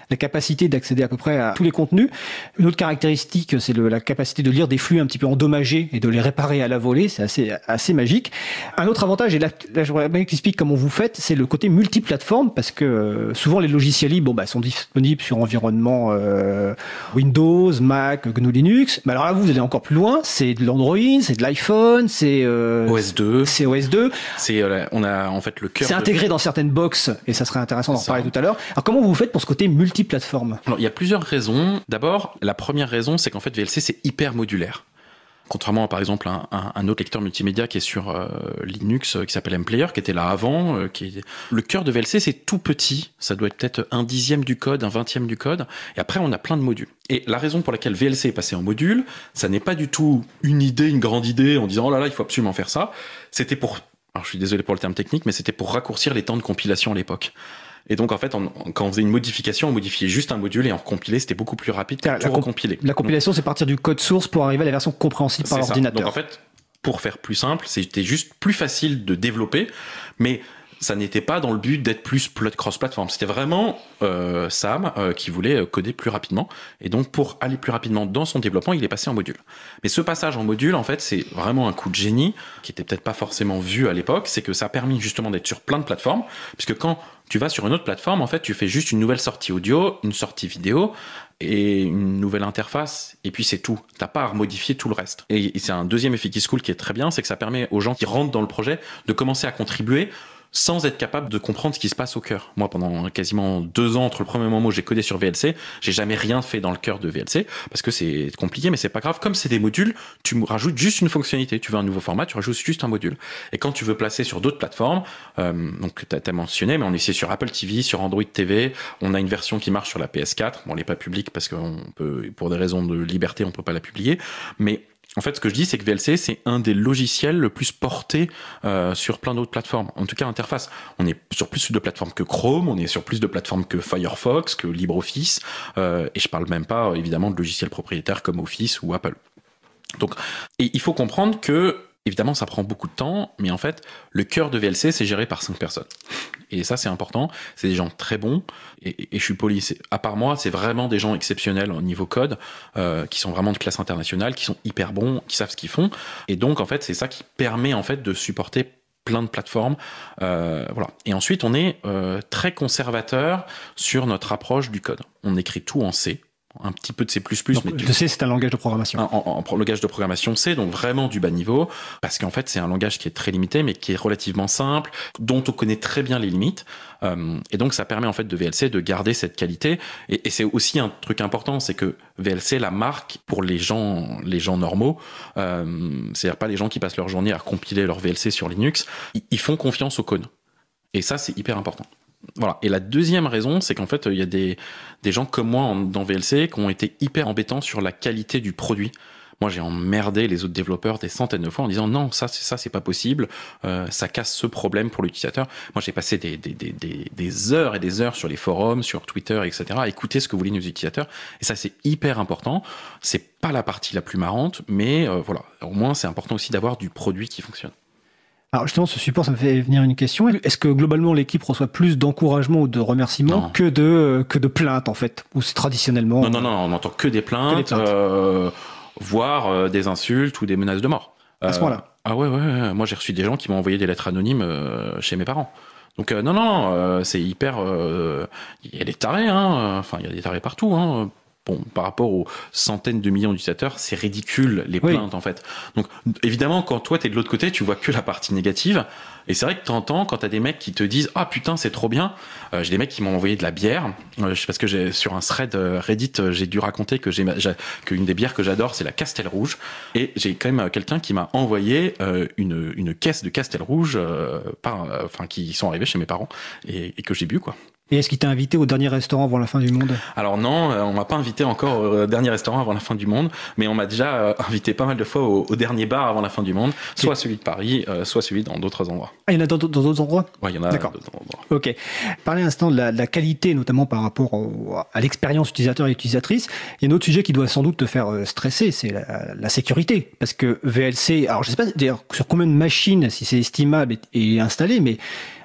la capacité d'accéder à peu près à tous les contenus. Une autre caractéristique, c'est le, la capacité de lire des flux un petit peu endommagés et de les réparer à la volée. C'est assez, assez magique. Un autre avantage, et là, là je voudrais bien que tu expliques comment vous faites, c'est le côté multiplateforme, parce que euh, souvent les logiciels libres bon, bah, sont disponibles sur environnement euh, Windows, Mac, G N U Linux. Mais alors là, vous, vous allez encore plus loin. C'est de l'Android, c'est de l'iPhone, c'est euh, O S deux. C'est O S deux. C'est, euh, on a en fait le cœur. C'est de... intégré dans certaines box, et ça serait intéressant d'en reparler tout à l'heure. Alors comment vous faites pour ce côté multiplateforme ? Alors, il y a plusieurs raisons. D'abord, la première raison, c'est qu'en fait, V L C, c'est hyper modulaire. Contrairement à, par exemple, un, un, un autre lecteur multimédia qui est sur euh, Linux, euh, qui s'appelle MPlayer, qui était là avant. Euh, qui est... Le cœur de V L C, c'est tout petit. Ça doit être peut-être un dixième du code, un vingtième du code. Et après, on a plein de modules. Et la raison pour laquelle V L C est passé en module, ça n'est pas du tout une idée, une grande idée, en disant « Oh là là, il faut absolument faire ça ». C'était pour... Alors, je suis désolé pour le terme technique, mais c'était pour raccourcir les temps de compilation à l'époque. Et donc, en fait, on, quand on faisait une modification, on modifiait juste un module et on recompilait, c'était beaucoup plus rapide que tout recompiler. La compilation, donc, c'est partir du code source pour arriver à la version compréhensible par l'ordinateur. Donc, en fait, pour faire plus simple, c'était juste plus facile de développer, mais ça n'était pas dans le but d'être plus cross-platform. C'était vraiment euh, Sam euh, qui voulait coder plus rapidement. Et donc, pour aller plus rapidement dans son développement, il est passé en module. Mais ce passage en module, en fait, c'est vraiment un coup de génie qui était peut-être pas forcément vu à l'époque. C'est que ça a permis justement d'être sur plein de plateformes. Puisque quand tu vas sur une autre plateforme, en fait, tu fais juste une nouvelle sortie audio, une sortie vidéo et une nouvelle interface. Et puis, c'est tout. T'as pas à remodifier tout le reste. Et, et c'est un deuxième effet qui se coule qui est très bien. C'est que ça permet aux gens qui rentrent dans le projet de commencer à contribuer sans être capable de comprendre ce qui se passe au cœur. Moi, pendant quasiment deux ans, entre le premier moment où j'ai codé sur V L C, j'ai jamais rien fait dans le cœur de V L C, parce que c'est compliqué, mais c'est pas grave. Comme c'est des modules, tu rajoutes juste une fonctionnalité. Tu veux un nouveau format, tu rajoutes juste un module. Et quand tu veux placer sur d'autres plateformes, euh, donc t'as, t'as mentionné, mais on est sur Apple T V, sur Android T V, on a une version qui marche sur la P S quatre. Bon, elle n'est pas publique parce qu'on peut, pour des raisons de liberté, on peut pas la publier, mais en fait, ce que je dis, c'est que V L C, c'est un des logiciels le plus porté euh, sur plein d'autres plateformes. En tout cas, interface. On est sur plus de plateformes que Chrome, on est sur plus de plateformes que Firefox, que LibreOffice, euh, et je parle même pas, évidemment, de logiciels propriétaires comme Office ou Apple. Donc, et il faut comprendre que, évidemment, ça prend beaucoup de temps, mais en fait, le cœur de V L C, c'est géré par cinq personnes. Et ça, c'est important. C'est des gens très bons. Et, et je suis poli. C'est, à part moi, c'est vraiment des gens exceptionnels au niveau code, euh, qui sont vraiment de classe internationale, qui sont hyper bons, qui savent ce qu'ils font. Et donc, en fait, c'est ça qui permet en fait de supporter plein de plateformes. Euh, voilà. Et ensuite, on est euh, très conservateur sur notre approche du code. On écrit tout en C. Un petit peu de C plus plus. Donc, mais tu... C, c'est un langage de programmation. En, en, en langage de programmation C, donc vraiment du bas niveau, parce qu'en fait, c'est un langage qui est très limité, mais qui est relativement simple, dont on connaît très bien les limites. Euh, et donc, ça permet en fait de V L C de garder cette qualité. Et, et c'est aussi un truc important, c'est que V L C, la marque pour les gens, les gens normaux, euh, c'est-à-dire pas les gens qui passent leur journée à compiler leur V L C sur Linux, ils, ils font confiance au code. Et ça, c'est hyper important. Voilà. Et la deuxième raison, c'est qu'en fait, il y a des, des gens comme moi en, dans V L C qui ont été hyper embêtants sur la qualité du produit. Moi, j'ai emmerdé les autres développeurs des centaines de fois en disant non, ça, c'est, ça, c'est pas possible, euh, ça casse ce problème pour l'utilisateur. Moi, j'ai passé des, des, des, des, des heures et des heures sur les forums, sur Twitter, et cetera, à écouter ce que voulaient nos utilisateurs. Et ça, c'est hyper important. C'est pas la partie la plus marrante, mais euh, voilà. Au moins, c'est important aussi d'avoir du produit qui fonctionne. Alors justement, ce support, ça me fait venir une question. Est-ce que globalement, l'équipe reçoit plus d'encouragement ou de remerciements que de, que de plaintes, en fait? Ou c'est traditionnellement... Non, non, non, on n'entend que des plaintes, que des plaintes. Euh, voire euh, des insultes ou des menaces de mort. À euh, ce point-là? Ah ouais, ouais, ouais. Moi, j'ai reçu des gens qui m'ont envoyé des lettres anonymes euh, chez mes parents. Donc euh, non, non, euh, c'est hyper... Il euh, y a des tarés, hein. Enfin, il y a des tarés partout, hein. Bon, par rapport aux centaines de millions d'utilisateurs, c'est ridicule, les plaintes, oui. En fait. Donc, évidemment, quand toi, t'es de l'autre côté, tu vois que la partie négative. Et c'est vrai que t'entends quand t'as des mecs qui te disent « Ah, putain, c'est trop bien !» euh, J'ai des mecs qui m'ont envoyé de la bière. Euh, parce que j'ai, sur un thread Reddit, j'ai dû raconter que j'ai, j'ai, qu'une des bières que j'adore, c'est la Castel Rouge. Et j'ai quand même quelqu'un qui m'a envoyé euh, une, une caisse de Castel Rouge, euh, par, euh, enfin, qui sont arrivés chez mes parents et, et que j'ai bu, quoi. Et est-ce qu'il t'a invité au dernier restaurant avant la fin du monde? Alors non, on m'a pas invité encore au dernier restaurant avant la fin du monde, mais on m'a déjà invité pas mal de fois au, au dernier bar avant la fin du monde, soit okay. Celui de Paris, euh, soit celui dans d'autres endroits. Ah, il y en a dans, dans d'autres endroits? Oui, il y en a D'accord. dans d'autres endroits. Ok. Parler un instant de la, de la qualité, notamment par rapport au, à l'expérience utilisateur et utilisatrice. Il y a un autre sujet qui doit sans doute te faire stresser, c'est la, la sécurité. Parce que V L C, alors je sais pas d'ailleurs sur combien de machines, si c'est estimable, est, est installé, mais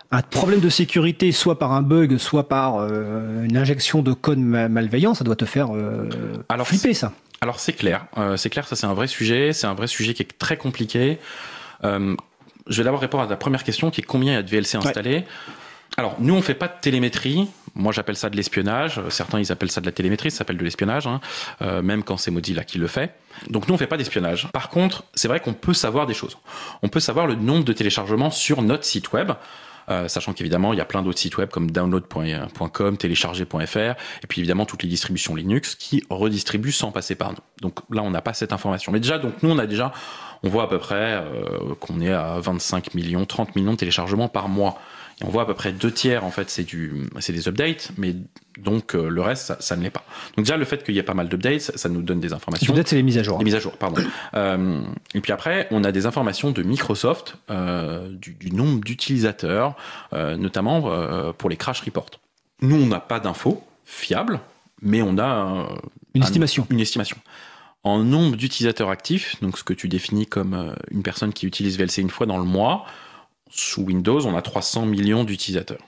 un problème de sécurité, soit par un bug, soit par euh, une injection de code ma- malveillant, ça doit te faire euh, Alors, flipper, ça. Alors c'est clair, euh, c'est clair, ça c'est un vrai sujet, c'est un vrai sujet qui est très compliqué. Euh, je vais d'abord répondre à ta première question qui est combien il y a de V L C installés. Ouais. Alors nous on fait pas de télémétrie, moi j'appelle ça de l'espionnage, certains ils appellent ça de la télémétrie, ça s'appelle de l'espionnage, hein, euh, même quand c'est Mozilla qui le fait. Donc nous on fait pas d'espionnage. Par contre c'est vrai qu'on peut savoir des choses. On peut savoir le nombre de téléchargements sur notre site web. Euh, sachant qu'évidemment, il y a plein d'autres sites web comme download point com, télécharger point f r, et puis évidemment toutes les distributions Linux qui redistribuent sans passer par nous. Donc là, on n'a pas cette information. Mais déjà, donc nous, on a déjà, on voit à peu près euh, qu'on est à vingt-cinq millions, trente millions de téléchargements par mois. Et on voit à peu près deux tiers, en fait, c'est du, c'est des updates, mais donc euh, le reste, ça, ça ne l'est pas. Donc déjà, le fait qu'il y ait pas mal d'updates, ça, ça nous donne des informations. Les updates, c'est les mises à jour. Les mises à jour, pardon. euh, et puis après, on a des informations de Microsoft, euh, du, du nombre d'utilisateurs, euh, notamment euh, pour les crash reports. Nous, on n'a pas d'infos fiables, mais on a euh, une un, estimation. Une estimation. En nombre d'utilisateurs actifs, donc ce que tu définis comme euh, une personne qui utilise V L C une fois dans le mois, sous Windows, on a trois cents millions d'utilisateurs.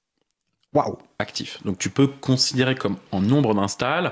Waouh! Actifs. Donc tu peux considérer comme en nombre d'installs,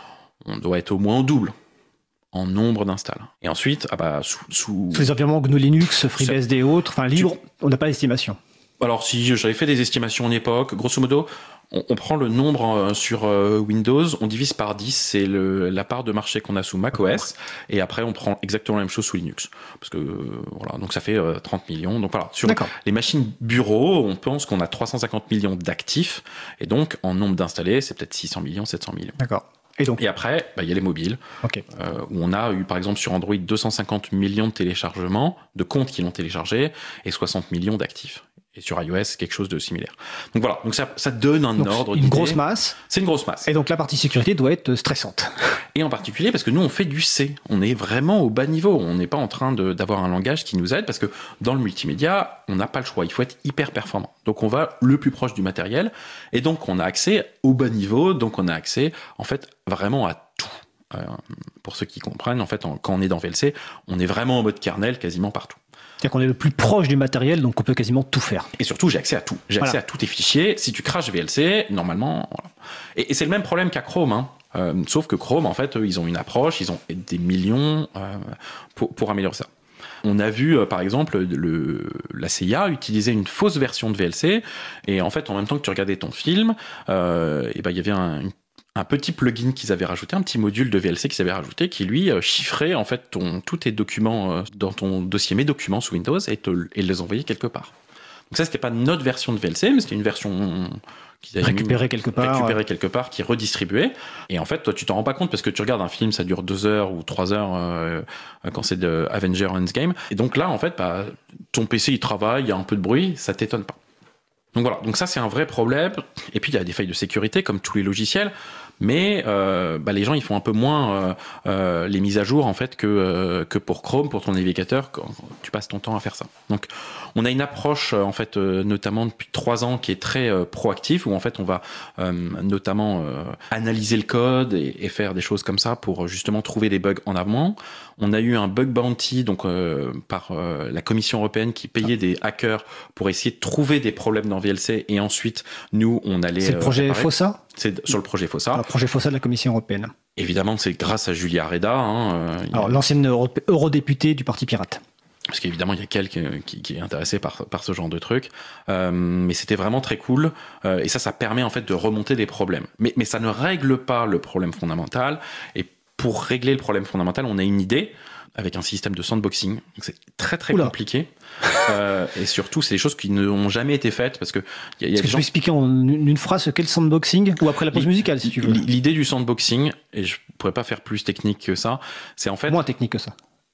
on doit être au moins au double en nombre d'installs. Et ensuite, ah bah, sous, sous... sous les environnements G N U Linux, FreeBSD et autres, enfin libre, tu... on n'a pas d'estimation. Alors si j'avais fait des estimations en époque, grosso modo, on, on prend le nombre euh, sur euh, Windows, on divise par dix, c'est le, la part de marché qu'on a sous macOS, et après on prend exactement la même chose sous Linux. Parce que euh, voilà, donc ça fait euh, trente millions. Donc voilà, sur D'accord. les machines bureaux, on pense qu'on a trois cent cinquante millions d'actifs, et donc en nombre d'installés, c'est peut-être six cents millions, sept cents millions. D'accord. Et, donc et après, bah, y a les mobiles, okay. euh, où on a eu par exemple sur Android deux cent cinquante millions de téléchargements, de comptes qui l'ont téléchargé, et soixante millions d'actifs. Et sur iOS, quelque chose de similaire. Donc voilà, donc ça, ça donne un donc ordre une d'idée. grosse masse. C'est une grosse masse. Et donc la partie sécurité doit être stressante. Et en particulier parce que nous, on fait du C. On est vraiment au bas niveau. On n'est pas en train de, d'avoir un langage qui nous aide parce que dans le multimédia, on n'a pas le choix. Il faut être hyper performant. Donc on va le plus proche du matériel. Et donc on a accès au bas niveau. Donc on a accès, en fait, vraiment à tout. Euh, pour ceux qui comprennent, en fait, en, quand on est dans V L C, on est vraiment en mode kernel quasiment partout. C'est-à-dire qu'on est le plus proche du matériel, donc on peut quasiment tout faire. Et surtout, j'ai accès à tout. J'ai voilà. accès à tous tes fichiers. Si tu crashes V L C, normalement... Voilà. Et, et c'est le même problème qu'à Chrome. Hein. Euh, sauf que Chrome, en fait, eux, ils ont une approche, ils ont des millions euh, pour, pour améliorer ça. On a vu, euh, par exemple, le, la C I A utiliser une fausse version de V L C. Et en fait, en même temps que tu regardais ton film, euh, et ben, il y avait un, une un petit plugin qu'ils avaient rajouté, un petit module de V L C qu'ils avaient rajouté, qui lui euh, chiffrait en fait ton, tous tes documents euh, dans ton dossier Mes documents sous Windows et, te, et les envoyait quelque part. Donc ça, c'était pas notre version de V L C, mais c'était une version qu'ils avaient récupérée mis, quelque part, récupérée ouais. quelque part, qui redistribuait. Et en fait, toi, tu t'en rends pas compte parce que tu regardes un film, ça dure deux heures ou trois heures euh, quand c'est de Avenger Endgame. Et donc là, en fait, bah, ton P C il travaille, il y a un peu de bruit, ça t'étonne pas. Donc voilà, donc ça c'est un vrai problème. Et puis il y a des failles de sécurité comme tous les logiciels, mais euh, bah, les gens ils font un peu moins euh, euh, les mises à jour en fait que euh, que pour Chrome, pour ton navigateur, quand tu passes ton temps à faire ça. Donc on a une approche en fait euh, notamment depuis trois ans qui est très euh, proactive où en fait on va euh, notamment euh, analyser le code et, et faire des choses comme ça pour justement trouver des bugs en amont. On a eu un bug bounty donc euh, par euh, la Commission européenne qui payait des hackers pour essayer de trouver des problèmes dans V L C et ensuite nous on allait. C'est le projet euh, FOSSA. C'est sur le projet FOSSA. Le projet FOSSA de la Commission européenne. Évidemment, c'est grâce à Julia Reda. Hein, euh, Alors a... l'ancienne euro- eurodéputée du Parti Pirate. Parce qu'évidemment, il y a quelqu'un qui, qui est intéressé par, par ce genre de truc. Euh, mais c'était vraiment très cool. Euh, et ça, ça permet en fait de remonter des problèmes. Mais, mais ça ne règle pas le problème fondamental. Et pour régler le problème fondamental, on a une idée avec un système de sandboxing. Donc c'est très très Oula. compliqué. euh, et surtout, c'est des choses qui n'ont jamais été faites parce que il y a, y a Est-ce que gens... tu peux expliquer en une phrase ce qu'est le sandboxing ou après la pause musicale si tu veux. L'idée du sandboxing, et je pourrais pas faire plus technique que ça, c'est en fait moins technique que ça.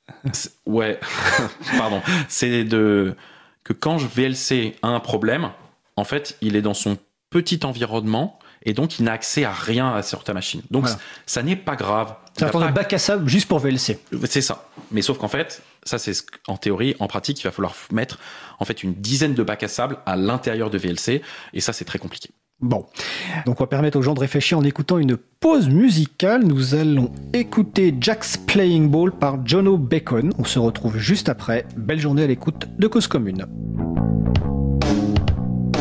Ouais, pardon. C'est de que quand V L C a un problème, en fait, il est dans son petit environnement et donc il n'a accès à rien sur ta machine. Donc voilà. ça n'est pas grave. C'est un temps de bac à sable juste pour V L C. C'est ça. Mais sauf qu'en fait, ça c'est en théorie, en pratique, il va falloir mettre en fait une dizaine de bacs à sable à l'intérieur de V L C et ça c'est très compliqué. Bon, donc on va permettre aux gens de réfléchir en écoutant une pause musicale. Nous allons écouter Jack's Playing Ball par Jono Bacon. On se retrouve juste après. Belle journée à l'écoute de Cause Commune.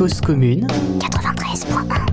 Cause Commune quatre-vingt-treize point un.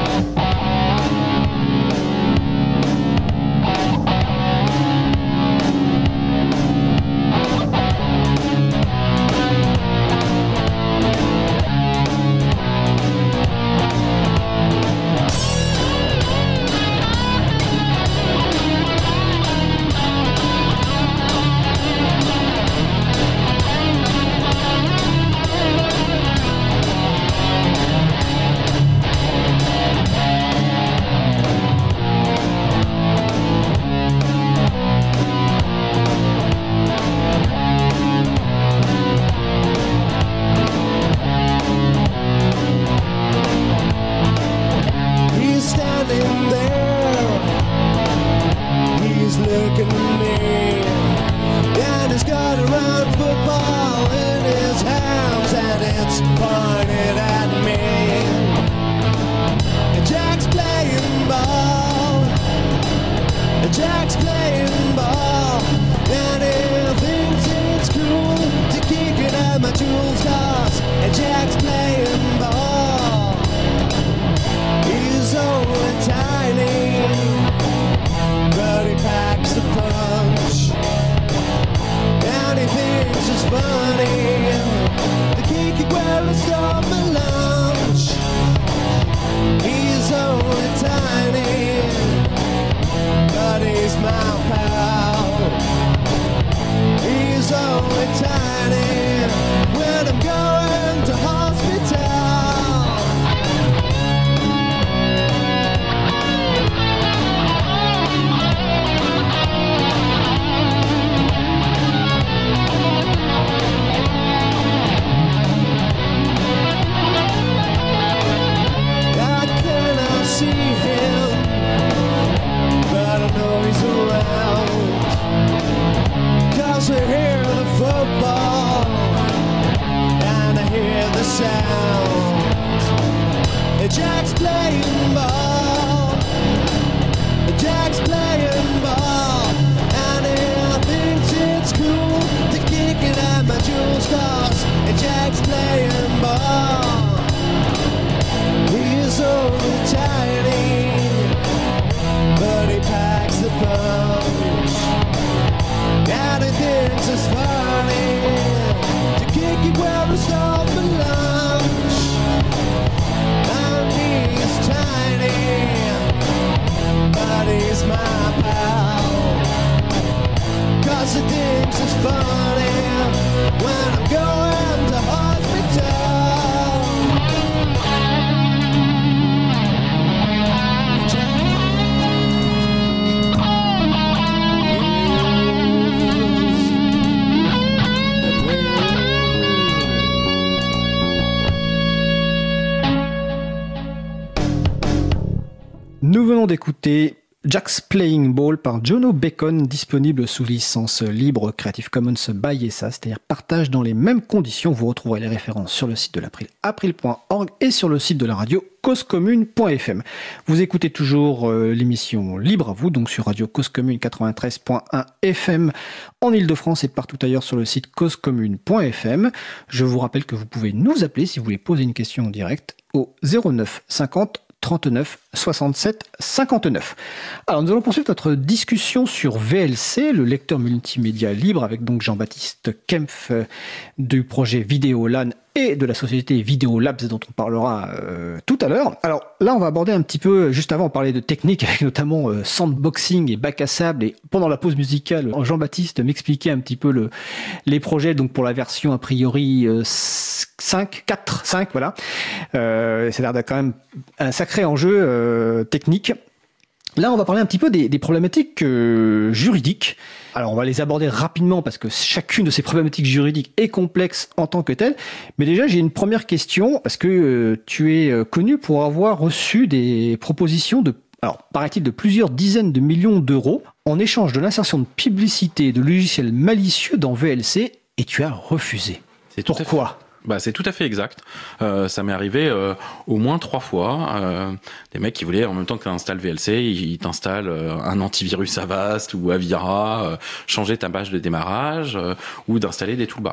Nous venons d'écouter Jack's Playing Ball par Jono Bacon, disponible sous licence libre Creative Commons by S A, c'est-à-dire partage dans les mêmes conditions. Vous retrouverez les références sur le site de l'April, april point org, et sur le site de la radio, cause commune point f m. Vous écoutez toujours euh, l'émission Libre à vous, donc sur Radio Cause Commune quatre-vingt-treize point un F M en Ile-de-France et partout ailleurs sur le site cause commune point f m. Je vous rappelle que vous pouvez nous appeler si vous voulez poser une question en direct au zéro neuf cinquante trente-neuf soixante-sept cinquante-neuf. Alors nous allons poursuivre notre discussion sur V L C, le lecteur multimédia libre, avec donc Jean-Baptiste Kempf euh, du projet Vidéolan et de la société Video Labs dont on parlera euh, tout à l'heure. Alors là on va aborder un petit peu, juste avant on parlait de technique avec notamment euh, sandboxing et bac à sable, et pendant la pause musicale Jean-Baptiste m'expliquait un petit peu le, les projets donc pour la version a priori euh, cinq, quatre, cinq, voilà. Euh, ça a l'air d'être quand même un sacré enjeu euh, technique. Là, on va parler un petit peu des, des problématiques euh, juridiques. Alors, on va les aborder rapidement parce que chacune de ces problématiques juridiques est complexe en tant que telle. Mais déjà, j'ai une première question parce que euh, tu es euh, connu pour avoir reçu des propositions de, alors, paraît-il, de plusieurs dizaines de millions d'euros en échange de l'insertion de publicité de logiciels malicieux dans V L C, et tu as refusé. C'est tout Pourquoi ? à fait... Bah, c'est tout à fait exact. Euh, ça m'est arrivé euh, au moins trois fois. Euh, des mecs qui voulaient, en même temps que tu installes V L C, ils t'installent euh, un antivirus Avast ou Avira, euh, changer ta page de démarrage euh, ou d'installer des toolbars.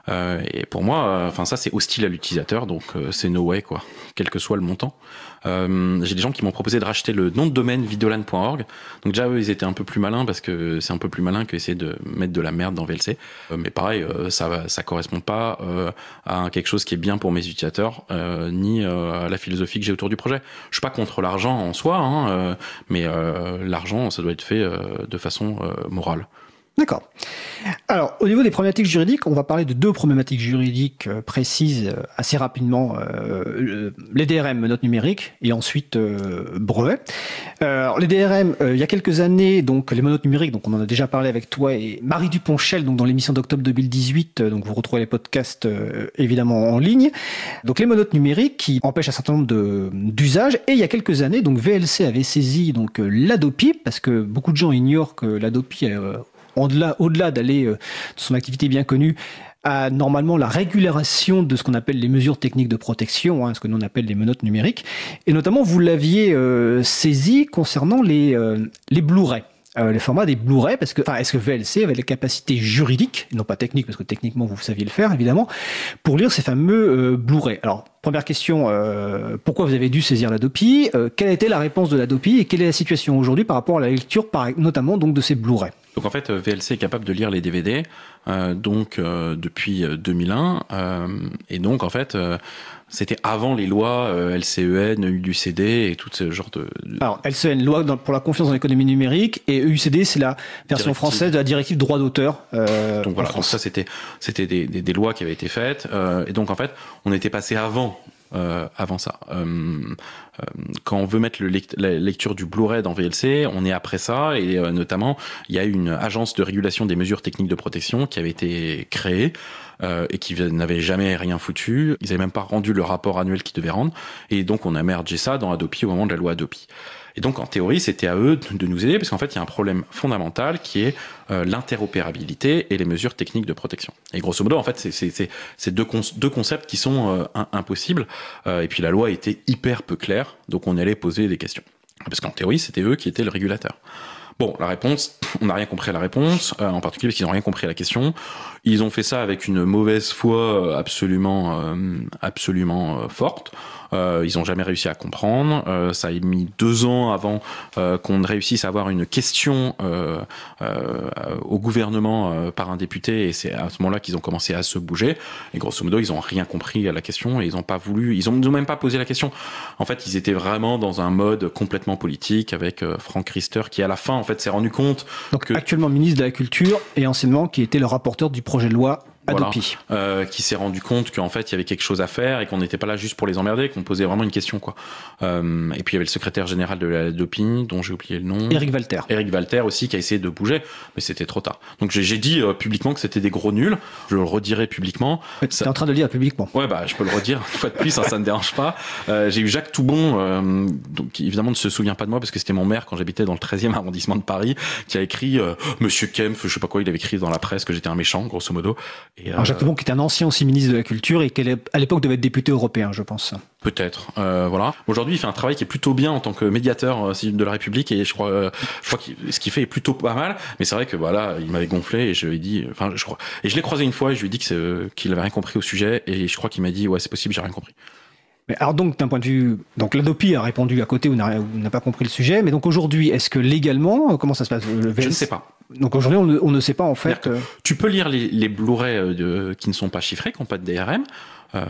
Euh, et pour moi, enfin euh, ça c'est hostile à l'utilisateur, donc euh, c'est no way quoi, quel que soit le montant. Euh, j'ai des gens qui m'ont proposé de racheter le nom de domaine videolan point org. Donc déjà eux ils étaient un peu plus malins parce que c'est un peu plus malin qu'essayer de mettre de la merde dans V L C. Euh, mais pareil, euh, ça ça correspond pas euh, à quelque chose qui est bien pour mes utilisateurs, euh, ni euh, à la philosophie que j'ai autour du projet. Je suis pas contre l'argent en soi, hein, euh, mais euh, l'argent ça doit être fait euh, de façon euh, morale. D'accord. Alors, au niveau des problématiques juridiques, on va parler de deux problématiques juridiques euh, précises euh, assez rapidement. Euh, les D R M, menottes numériques, et ensuite euh, brevets. Euh, alors, les D R M, euh, il y a quelques années, donc les menottes numériques, donc on en a déjà parlé avec toi et Marie Duponchel, donc dans l'émission d'octobre deux mille dix-huit, euh, donc vous retrouvez les podcasts euh, évidemment en ligne. Donc les menottes numériques qui empêchent un certain nombre de, d'usages. Et il y a quelques années, donc V L C avait saisi donc euh, l'Adopi, parce que beaucoup de gens ignorent que l'Adopi euh, Au-delà, au-delà d'aller euh, de son activité bien connue, à normalement la régulation de ce qu'on appelle les mesures techniques de protection, hein, ce que l'on appelle les menottes numériques. Et notamment, vous l'aviez euh, saisi concernant les, euh, les Blu-ray. Euh, les formats des Blu-ray, parce que, enfin, est-ce que V L C avait les capacités juridiques, non pas techniques, parce que techniquement vous saviez le faire évidemment, pour lire ces fameux euh, Blu-ray. Alors, première question, euh, pourquoi vous avez dû saisir l'Adopi euh, Quelle a été la réponse de l'Adopi et quelle est la situation aujourd'hui par rapport à la lecture, par, notamment donc de ces Blu-ray? Donc en fait, V L C est capable de lire les D V D euh, donc euh, depuis deux mille un, euh, et donc en fait, euh, c'était avant les lois euh, L C E N, U C D et tout ce genre de. de... Alors L C E N, loi dans, pour la confiance dans l'économie numérique, et U C D, c'est la version directive. Française de la directive droit d'auteur. Euh, donc voilà, donc ça c'était c'était des, des, des lois qui avaient été faites, euh, et donc en fait, on était passé avant. Euh, avant ça. Euh, euh, quand on veut mettre le lect- la lecture du Blu-ray dans V L C, on est après ça, et euh, notamment, il y a une agence de régulation des mesures techniques de protection qui avait été créée euh, et qui n'avait jamais rien foutu. Ils n'avaient même pas rendu le rapport annuel qu'ils devaient rendre, et donc on a mergé ça dans Adopi au moment de la loi Adopi. Et donc, en théorie, c'était à eux de nous aider, parce qu'en fait, il y a un problème fondamental qui est euh, l'interopérabilité et les mesures techniques de protection. Et grosso modo, en fait, c'est, c'est, c'est, c'est deux, con- deux concepts qui sont euh, un, impossibles. Euh, et puis, la loi était hyper peu claire, donc on allait poser des questions. Parce qu'en théorie, c'était eux qui étaient le régulateur. Bon, la réponse, on n'a rien compris à la réponse, euh, en particulier parce qu'ils n'ont rien compris à la question. Ils ont fait ça avec une mauvaise foi absolument, euh, absolument euh, forte. Euh, ils n'ont jamais réussi à comprendre. Euh, ça a mis deux ans avant euh, qu'on réussisse à avoir une question euh, euh, au gouvernement euh, par un député, et c'est à ce moment-là qu'ils ont commencé à se bouger. Et grosso modo, ils n'ont rien compris à la question et ils n'ont pas voulu. Ils n'ont même pas posé la question. En fait, ils étaient vraiment dans un mode complètement politique avec euh, Franck Riester qui, à la fin, en fait, s'est rendu compte. Donc, que... actuellement ministre de la Culture et anciennement qui était le rapporteur du projet de loi Adopi. Voilà, euh, qui s'est rendu compte qu'en fait il y avait quelque chose à faire et qu'on n'était pas là juste pour les emmerder, qu'on posait vraiment une question quoi. Euh, et puis il y avait le secrétaire général de l'Adopi dont j'ai oublié le nom. Éric Walter. Éric Walter aussi qui a essayé de bouger, mais c'était trop tard. Donc j'ai, j'ai dit euh, publiquement que c'était des gros nuls. Je le redirai publiquement. Ouais, tu es en train de le dire publiquement. Ouais bah je peux le redire une fois de plus, hein, ça ne dérange pas. Euh, j'ai eu Jacques Toubon, euh, donc qui évidemment ne se souvient pas de moi parce que c'était mon maire quand j'habitais dans le treizième arrondissement de Paris, qui a écrit euh, Monsieur Kempf, je sais pas quoi, il avait écrit dans la presse que j'étais un méchant grosso modo. Et, Alors, Jacques Toubon qui était un ancien aussi ministre de la Culture et qui à l'époque devait être député européen, je pense. Peut-être, euh, voilà. Aujourd'hui, il fait un travail qui est plutôt bien en tant que médiateur euh, de la République et je crois, euh, je crois que ce qu'il fait est plutôt pas mal. Mais c'est vrai que voilà, il m'avait gonflé et je lui ai dit, enfin, je crois, et je l'ai croisé une fois et je lui ai dit que c'est, euh, qu'il avait rien compris au sujet et je crois qu'il m'a dit ouais, c'est possible, j'ai rien compris. Mais alors donc d'un point de vue, donc l'Adopi a répondu à côté ou n'a, ou n'a pas compris le sujet, mais donc aujourd'hui, est-ce que légalement, comment ça se passe le V L C? Je ne sais pas. Donc aujourd'hui, on ne, on ne sait pas en fait. Euh... Tu peux lire les, les Blu-ray de, qui ne sont pas chiffrés, qui n'ont pas de D R M. Euh,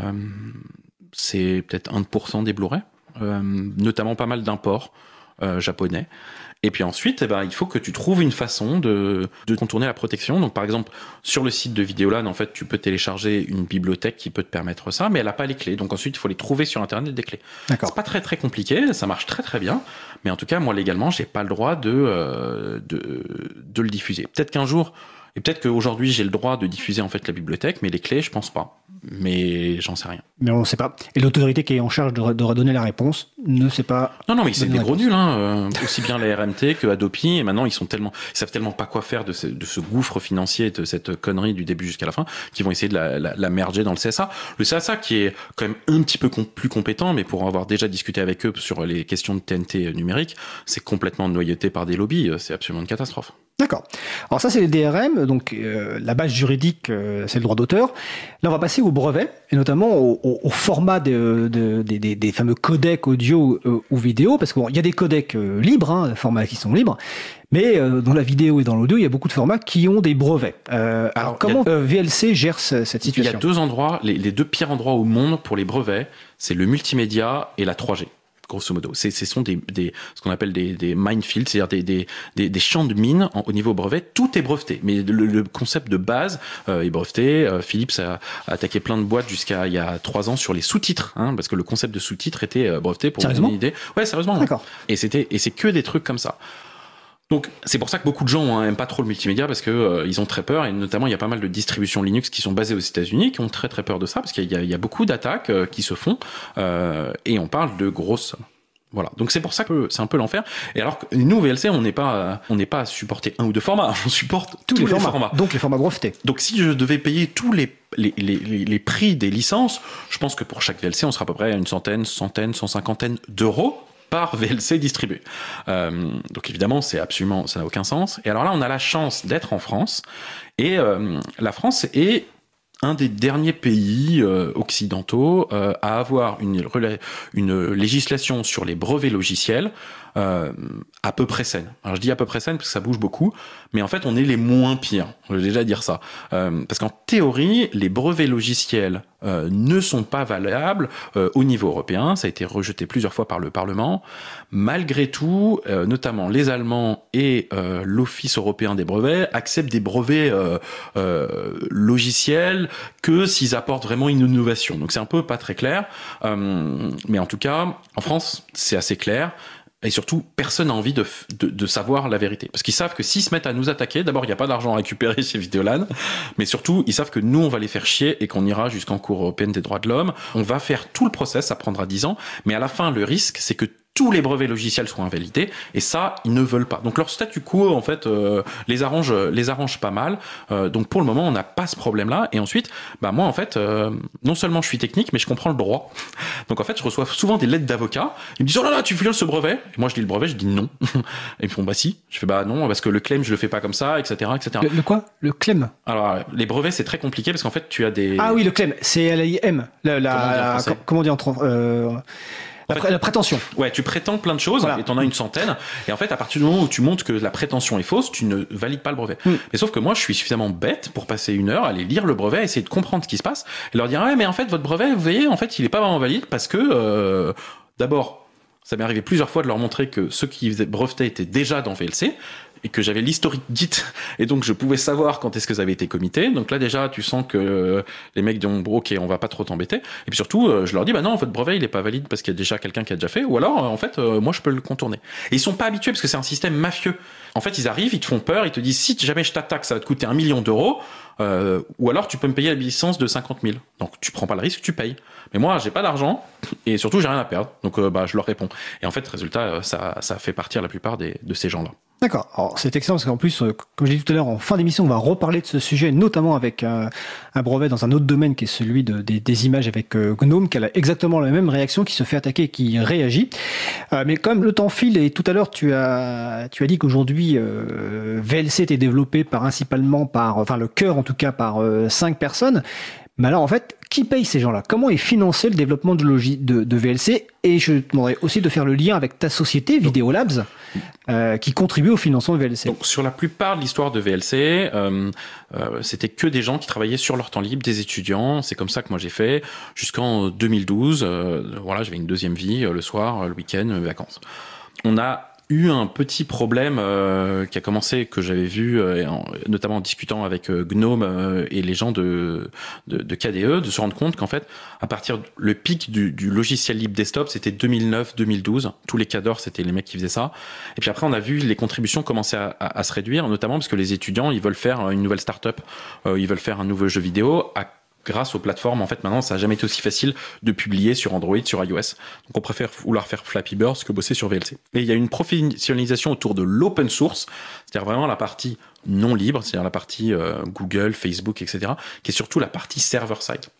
c'est peut-être un pour cent des Blu-ray, euh, notamment pas mal d'imports euh, japonais. Et puis ensuite, eh ben, il faut que tu trouves une façon de, de contourner la protection. Donc, par exemple, sur le site de Vidéolan, en fait, tu peux télécharger une bibliothèque qui peut te permettre ça, mais elle n'a pas les clés. Donc ensuite, il faut les trouver sur Internet, des clés. D'accord. C'est pas très très compliqué, ça marche très très bien. Mais en tout cas, moi, légalement, j'ai pas le droit de, euh, de, de le diffuser. Peut-être qu'un jour, et peut-être qu'aujourd'hui, j'ai le droit de diffuser en fait la bibliothèque, mais les clés, je pense pas. Mais j'en sais rien. Mais on ne sait pas. Et l'autorité qui est en charge de, de redonner la réponse ne sait pas. Non, non, mais c'est des gros nuls, hein. Euh, aussi bien la R M T que Adopi. Et maintenant, ils sont tellement, ils savent tellement pas quoi faire de ce, de ce gouffre financier, de cette connerie du début jusqu'à la fin, qu'ils vont essayer de la, la, la merger dans le C S A. Le C S A qui est quand même un petit peu com- plus compétent, mais pour avoir déjà discuté avec eux sur les questions de T N T numérique, c'est complètement noyauté par des lobbies. C'est absolument une catastrophe. D'accord. Alors ça, c'est les D R M, donc euh, la base juridique, euh, c'est le droit d'auteur. Là, on va passer au brevet, et notamment au, au, au format de, de, de, des, des fameux codecs audio euh, ou vidéo, parce qu'il bon, y a des codecs euh, libres, hein, des formats qui sont libres, mais euh, dans la vidéo et dans l'audio, il y a beaucoup de formats qui ont des brevets. Euh, alors, alors, comment a, euh, V L C gère ce, cette situation ? Il y a deux endroits, les, les deux pires endroits au monde pour les brevets, c'est le multimédia et la trois G. Grosso modo, c'est, ce sont des, des, ce qu'on appelle des, des minefields, c'est-à-dire des, des, des, des champs de mines en, au niveau brevet. Tout est breveté, mais le, le concept de base euh, est breveté. Euh, Philips a, a attaqué plein de boîtes jusqu'à il y a trois ans sur les sous-titres, hein, parce que le concept de sous-titres était euh, breveté pour vous donner une idée. Ouais, sérieusement. D'accord. Et c'était, et c'est que des trucs comme ça. Donc c'est pour ça que beaucoup de gens n'aiment pas trop le multimédia parce que euh, ils ont très peur, et notamment il y a pas mal de distributions Linux qui sont basées aux États-Unis qui ont très très peur de ça parce qu'il y a, il y a beaucoup d'attaques euh, qui se font euh, et on parle de grosses sommes. Voilà, donc c'est pour ça que c'est un peu l'enfer. Et alors que nous, V L C, on n'est pas, on n'est pas à supporter un ou deux formats, on supporte tous, tous les, les formats. formats. Donc les formats brevetés. Donc si je devais payer tous les les, les, les prix des licences, je pense que pour chaque V L C, on sera à peu près à une centaine, centaine, cent cinquantaine d'euros par V L C distribué. Euh, donc évidemment, c'est absolument, ça n'a aucun sens. Et alors là, on a la chance d'être en France, et euh, la France est un des derniers pays euh, occidentaux euh, à avoir une, une législation sur les brevets logiciels euh, à peu près saine. Alors je dis à peu près saine parce que ça bouge beaucoup, mais en fait on est les moins pires, je vais déjà dire ça. Euh, parce qu'en théorie, les brevets logiciels euh, ne sont pas valables euh, au niveau européen, ça a été rejeté plusieurs fois par le Parlement. Malgré tout, euh, notamment les Allemands et euh, l'Office européen des brevets acceptent des brevets euh, euh, logiciels que s'ils apportent vraiment une innovation. Donc c'est un peu pas très clair, euh, mais en tout cas, en France, c'est assez clair. Et surtout, personne n'a envie de, de, de savoir la vérité. Parce qu'ils savent que s'ils se mettent à nous attaquer, d'abord, il n'y a pas d'argent à récupérer chez Vidéolan, mais surtout, ils savent que nous, on va les faire chier et qu'on ira jusqu'en Cour européenne des droits de l'homme. On va faire tout le process, ça prendra dix ans, mais à la fin, le risque, c'est que tous les brevets logiciels seront invalidés, et ça, ils ne veulent pas. Donc leur statu quo, en fait, euh, les arrange, les arrange pas mal. Euh, donc pour le moment, on n'a pas ce problème-là. Et ensuite, bah moi, en fait, euh, non seulement je suis technique, mais je comprends le droit. Donc en fait, je reçois souvent des lettres d'avocats. Ils me disent, oh là là, tu violes ce brevet. Et moi, je lis le brevet, je dis non. Et ils me font, bah si. Je fais, bah non, parce que le claim, je le fais pas comme ça, et cetera, et cetera. Le, le quoi? Le claim? Alors, les brevets, c'est très compliqué parce qu'en fait, tu as des... Ah oui, le claim, c'est L I M. La, la, comment, la, la, comment on dit en français euh... La, en fait, fait, la prétention. Ouais, tu prétends plein de choses, voilà. Et t'en as une centaine. Et en fait, à partir du moment où tu montres que la prétention est fausse, tu ne valides pas le brevet. Mm. Mais sauf que moi, je suis suffisamment bête pour passer une heure, aller lire le brevet, essayer de comprendre ce qui se passe, et leur dire, ouais, mais en fait, votre brevet, vous voyez, en fait, il est pas vraiment valide parce que, euh, d'abord, ça m'est arrivé plusieurs fois de leur montrer que ceux qui brevetaient étaient déjà dans V L C, et que j'avais l'historique Git, et donc je pouvais savoir quand est-ce que ça avait été commité. Donc là déjà tu sens que euh, les mecs disent bon, ok, on va pas trop t'embêter. Et puis surtout euh, je leur dis bah non, votre brevet il est pas valide parce qu'il y a déjà quelqu'un qui a déjà fait, ou alors euh, en fait euh, moi je peux le contourner. Et ils sont pas habitués parce que c'est un système mafieux. En fait ils arrivent, ils te font peur, ils te disent si jamais je t'attaque ça va te coûter un million d'euros, euh, ou alors tu peux me payer la licence de cinquante mille. Donc tu prends pas le risque, tu payes. Mais moi j'ai pas d'argent et surtout j'ai rien à perdre. Donc euh, bah je leur réponds. Et en fait résultat euh, ça ça fait partir la plupart des, de ces gens-là. D'accord. Alors, c'est excellent parce qu'en plus, euh, comme je l'ai dit tout à l'heure, en fin d'émission, on va reparler de ce sujet, notamment avec un, un brevet dans un autre domaine qui est celui de, des, des images avec euh, Gnome, qui a exactement la même réaction, qui se fait attaquer et qui réagit. Euh, mais comme le temps file, et tout à l'heure, tu as, tu as dit qu'aujourd'hui, euh, V L C était développé principalement par, enfin le cœur en tout cas, par euh, cinq personnes. Mais alors en fait, qui paye ces gens-là? Comment est financé le développement de, logi- de, de V L C? Et je te demanderais aussi de faire le lien avec ta société, Video Labs, euh, qui contribue au financement de V L C. Donc sur la plupart de l'histoire de V L C, euh, euh, c'était que des gens qui travaillaient sur leur temps libre, des étudiants. C'est comme ça que moi j'ai fait jusqu'en deux mille douze. Euh, voilà, j'avais une deuxième vie euh, le soir, euh, le week-end, euh, vacances. On a eu un petit problème euh, qui a commencé, que j'avais vu euh, en, notamment en discutant avec euh, Gnome euh, et les gens de, de, de K D E, de se rendre compte qu'en fait, à partir le pic du, du logiciel libre desktop, c'était deux mille neuf deux mille douze. Tous les cadors, c'était les mecs qui faisaient ça. Et puis après, on a vu les contributions commencer à, à, à se réduire, notamment parce que les étudiants, ils veulent faire une nouvelle start-up, euh, ils veulent faire un nouveau jeu vidéo à grâce aux plateformes. En fait, maintenant, ça n'a jamais été aussi facile de publier sur Android, sur iOS. Donc, on préfère vouloir faire Flappy Bird que bosser sur V L C. Et il y a une professionnalisation autour de l'open source, c'est-à-dire vraiment la partie non libre, c'est-à-dire la partie euh, Google, Facebook, et cetera, qui est surtout la partie server-side.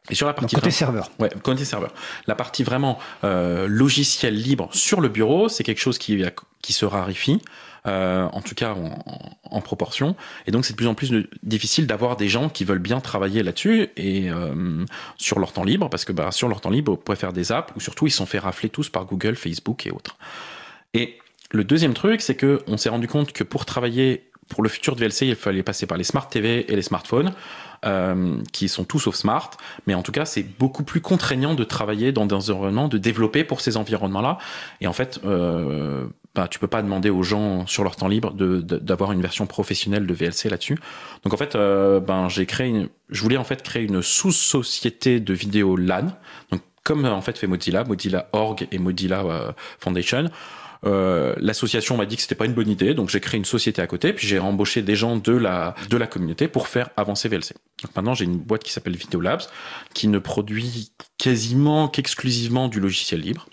Et sur la partie Donc, côté vraiment, serveur. Ouais, côté serveur. La partie vraiment euh, logiciel libre sur le bureau, c'est quelque chose qui, qui se raréfie, euh, en tout cas en, en proportion. Et donc, c'est de plus en plus de, difficile d'avoir des gens qui veulent bien travailler là-dessus et euh, sur leur temps libre, parce que bah, sur leur temps libre, vous pouvez faire des apps, ou surtout, ils sont fait rafler tous par Google, Facebook et autres. Et le deuxième truc, c'est qu'on s'est rendu compte que pour travailler pour le futur de V L C, il fallait passer par les smart T V et les smartphones, euh, qui sont tout sauf smart. Mais en tout cas, c'est beaucoup plus contraignant de travailler dans des environnements, de développer pour ces environnements-là. Et en fait, euh, bah, tu peux pas demander aux gens sur leur temps libre de, de, d'avoir une version professionnelle de V L C là-dessus. Donc en fait, euh, ben j'ai créé, une, je voulais en fait créer une sous-société de vidéo LAN. Donc comme en fait fait Mozilla, Mozilla Org et Mozilla euh, Foundation. Euh, l'association m'a dit que c'était pas une bonne idée, donc j'ai créé une société à côté, puis j'ai embauché des gens de la de la communauté pour faire avancer V L C. Donc maintenant j'ai une boîte qui s'appelle Video Labs, qui ne produit quasiment qu'exclusivement du logiciel libre.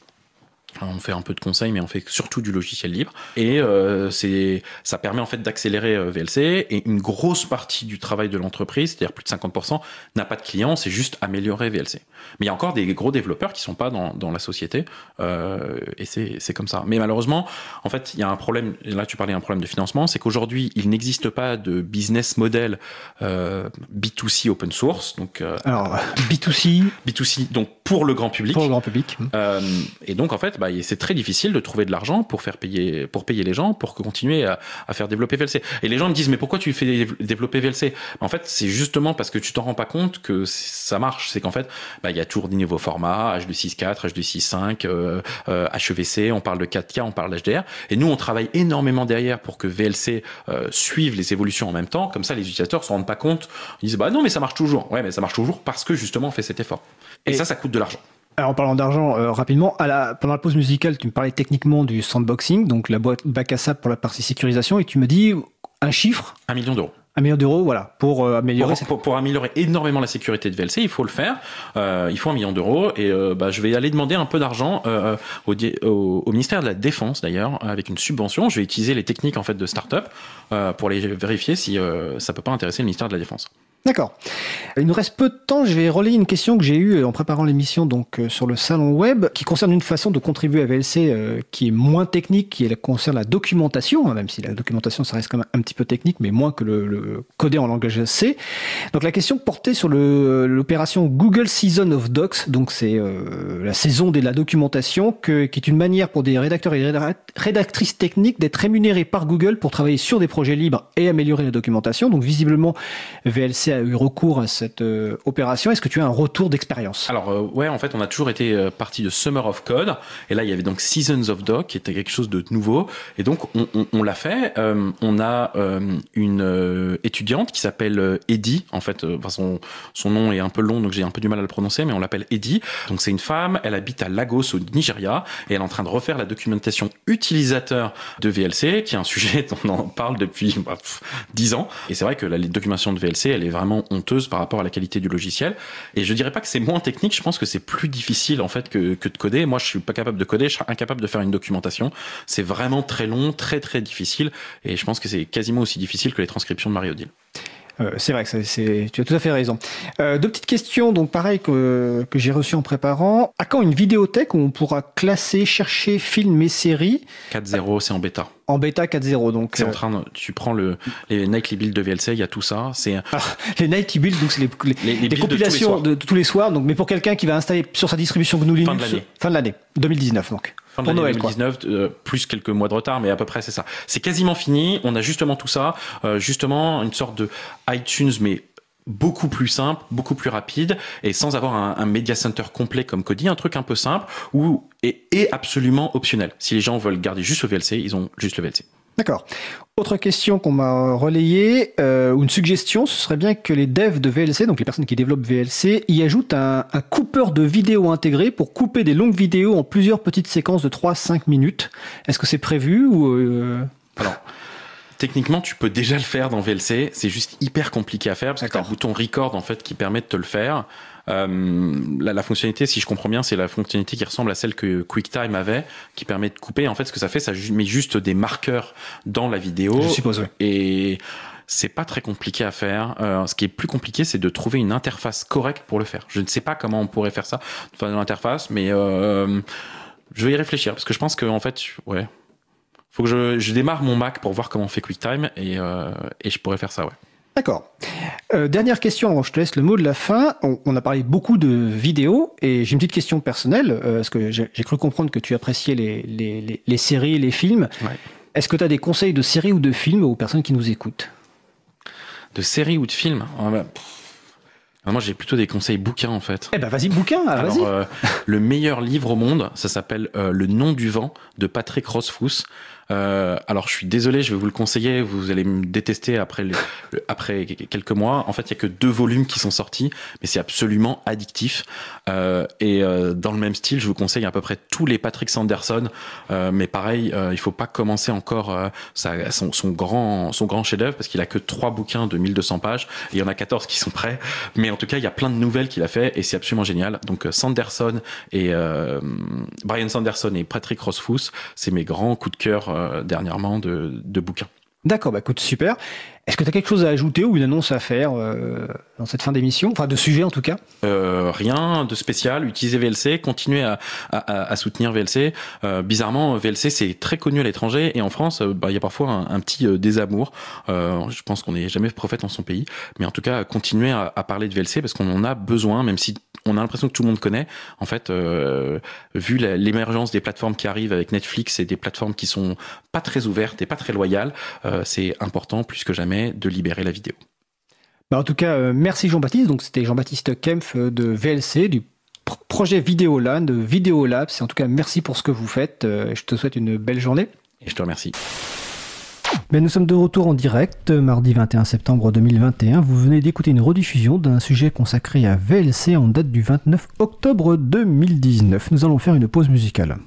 On fait un peu de conseils, mais on fait surtout du logiciel libre. Et euh, c'est, ça permet en fait d'accélérer euh, V L C. Et une grosse partie du travail de l'entreprise, c'est-à-dire plus de cinquante pour cent, n'a pas de clients, c'est juste améliorer V L C. Mais il y a encore des gros développeurs qui sont pas dans, dans la société, euh, et c'est, c'est comme ça. Mais malheureusement, en fait, il y a un problème. Là, tu parlais d'un problème de financement, c'est qu'aujourd'hui, il n'existe pas de business model euh, B deux C open source. Donc, euh, alors B deux C, B deux C, donc pour le grand public. Pour le grand public. Euh, et donc en fait, bah, c'est très difficile de trouver de l'argent pour faire payer, pour payer les gens, pour continuer à, à faire développer V L C. Et les gens me disent mais pourquoi tu fais développer V L C ? En fait, c'est justement parce que tu t'en rends pas compte que ça marche. C'est qu'en fait, bah, il y a toujours des nouveaux formats, H deux six quatre, H deux six cinq, euh, euh, H E V C, on parle de quatre K, on parle d'H D R. Et nous, on travaille énormément derrière pour que V L C euh, suive les évolutions en même temps. Comme ça, les utilisateurs se rendent pas compte. Ils disent bah non mais ça marche toujours. Ouais mais ça marche toujours parce que justement on fait cet effort. Et, et ça, ça coûte de l'argent. Alors en parlant d'argent, euh, rapidement, à la, pendant la pause musicale, tu me parlais techniquement du sandboxing, donc la boîte bac à sable pour la partie sécurisation, et tu me dis un chiffre. Un million d'euros. Un million d'euros, voilà, pour euh, améliorer. Pour, pour, pour améliorer énormément la sécurité de V L C, il faut le faire. Euh, il faut un million d'euros, et euh, bah, je vais aller demander un peu d'argent euh, au, au, au ministère de la Défense d'ailleurs, avec une subvention. Je vais utiliser les techniques en fait de start-up euh, pour les vérifier si euh, ça peut pas intéresser le ministère de la Défense. D'accord. Il nous reste peu de temps. Je vais relayer une question que j'ai eue en préparant l'émission donc euh, sur le salon web, qui concerne une façon de contribuer à V L C euh, qui est moins technique, qui est, concerne la documentation, hein, même si la documentation ça reste quand même un petit peu technique, mais moins que le, le coder en langage C. Donc la question portait sur le, l'opération Google Season of Docs. Donc c'est euh, la saison de la documentation, que, qui est une manière pour des rédacteurs et rédactrices techniques d'être rémunérés par Google pour travailler sur des projets libres et améliorer la documentation. Donc visiblement V L C a eu recours à cette euh, opération. Est-ce que tu as un retour d'expérience ? Alors euh, ouais, en fait, on a toujours été euh, parti de Summer of Code, et là il y avait donc Seasons of Doc qui était quelque chose de nouveau, et donc on, on, on l'a fait. Euh, on a euh, une euh, étudiante qui s'appelle euh, Eddie. En fait, euh, son son nom est un peu long, donc j'ai un peu du mal à le prononcer, mais on l'appelle Eddie. Donc c'est une femme. Elle habite à Lagos au Nigeria, et elle est en train de refaire la documentation utilisateur de V L C, qui est un sujet dont on en parle depuis bah, dix ans. Et c'est vrai que la documentation de V L C, elle est vraiment honteuse par rapport à la qualité du logiciel. Et je dirais pas que c'est moins technique, je pense que c'est plus difficile en fait que, que de coder. Moi, je suis pas capable de coder, je serais incapable de faire une documentation. C'est vraiment très long, très très difficile, et je pense que c'est quasiment aussi difficile que les transcriptions de Mario Deal. Euh, c'est vrai que c'est, c'est, tu as tout à fait raison. Euh, deux petites questions, donc pareil que, que j'ai reçues en préparant. À quand une vidéothèque où on pourra classer, chercher films et séries ? quatre zéro, c'est en bêta. En bêta quatre zéro, donc. C'est en train de, tu prends le, les nightly builds de V L C, il y a tout ça. C'est ah, les nightly builds, donc c'est les, les, les, les, les compilations de tous, de, de tous les soirs. Donc, mais pour quelqu'un qui va installer sur sa distribution G N U Linux. Fin de l'année. Fin de l'année. deux mille dix-neuf, donc. Fin de l'année Noël, deux mille dix-neuf, euh, plus quelques mois de retard, mais à peu près c'est ça. C'est quasiment fini. On a justement tout ça, euh, justement une sorte de iTunes, mais beaucoup plus simple, beaucoup plus rapide, et sans avoir un, un media center complet comme Kodi, un truc un peu simple ou et, et absolument optionnel. Si les gens veulent garder juste le V L C, ils ont juste le V L C. D'accord. Autre question qu'on m'a relayée, euh, ou une suggestion, ce serait bien que les devs de V L C, donc les personnes qui développent V L C, y ajoutent un, un coupeur de vidéo intégré pour couper des longues vidéos en plusieurs petites séquences de trois à cinq minutes. Est-ce que c'est prévu ou euh... Alors, techniquement, tu peux déjà le faire dans V L C. C'est juste hyper compliqué à faire parce D'accord. que tu as un bouton record en fait qui permet de te le faire. Euh, la, la fonctionnalité, si je comprends bien, c'est la fonctionnalité qui ressemble à celle que QuickTime avait, qui permet de couper. En fait, ce que ça fait, ça met juste des marqueurs dans la vidéo. Je suppose, oui. Et c'est pas très compliqué à faire. Euh, ce qui est plus compliqué, c'est de trouver une interface correcte pour le faire. Je ne sais pas comment on pourrait faire ça, enfin, dans l'interface, mais euh, je vais y réfléchir parce que je pense que en fait, ouais, faut que je, je démarre mon Mac pour voir comment on fait QuickTime et, euh, et je pourrais faire ça, ouais. D'accord. Euh, dernière question, avant je te laisse le mot de la fin. On, on a parlé beaucoup de vidéos et j'ai une petite question personnelle, euh, parce que j'ai, j'ai cru comprendre que tu appréciais les, les, les, les séries, les films. Ouais. Est-ce que tu as des conseils de séries ou de films aux personnes qui nous écoutent ? De séries ou de films ? Ah bah, moi, j'ai plutôt des conseils bouquins, en fait. Eh ben, vas-y, bouquin, ah, Alors, vas-y. Euh, le meilleur livre au monde, ça s'appelle euh, Le Nom du vent de Patrick Rothfuss. Euh, alors, je suis désolé, je vais vous le conseiller. Vous allez me détester après, les, le, après quelques mois. En fait, il y a que deux volumes qui sont sortis, mais c'est absolument addictif. Euh, et euh, dans le même style, je vous conseille à peu près tous les Patrick Sanderson. Euh, mais pareil, euh, il faut pas commencer encore euh, sa, son, son grand, son grand chef-d'œuvre parce qu'il a que trois bouquins de mille deux cents pages. Et il y en a quatorze qui sont prêts. Mais en tout cas, il y a plein de nouvelles qu'il a fait et c'est absolument génial. Donc, Sanderson et euh, Brian Sanderson et Patrick Rothfuss, c'est mes grands coups de cœur euh, dernièrement de, de bouquins. D'accord, bah écoute, super. Est-ce que tu as quelque chose à ajouter ou une annonce à faire euh, dans cette fin d'émission ? Enfin, de sujet en tout cas ? euh, Rien de spécial. Utilisez V L C, continuez à, à, à soutenir V L C. Euh, bizarrement, V L C, c'est très connu à l'étranger et en France, il bah, y a parfois un, un petit euh, désamour. Euh, je pense qu'on n'est jamais prophète en son pays. Mais en tout cas, continuez à, à parler de V L C parce qu'on en a besoin, même si on a l'impression que tout le monde connaît. En fait, euh, vu la, l'émergence des plateformes qui arrivent avec Netflix et des plateformes qui sont pas très ouvertes et pas très loyales, euh, c'est important plus que jamais de libérer la vidéo. Bah en tout cas, euh, merci Jean-Baptiste. Donc c'était Jean-Baptiste Kempf de V L C, du pr- projet Vidéoland, de Vidéolabs. Et en tout cas, merci pour ce que vous faites. Euh, je te souhaite une belle journée. Et je te remercie. Mais nous sommes de retour en direct, mardi vingt et un septembre deux mille vingt et un. Vous venez d'écouter une rediffusion d'un sujet consacré à V L C en date du vingt-neuf octobre deux mille dix-neuf. Nous allons faire une pause musicale.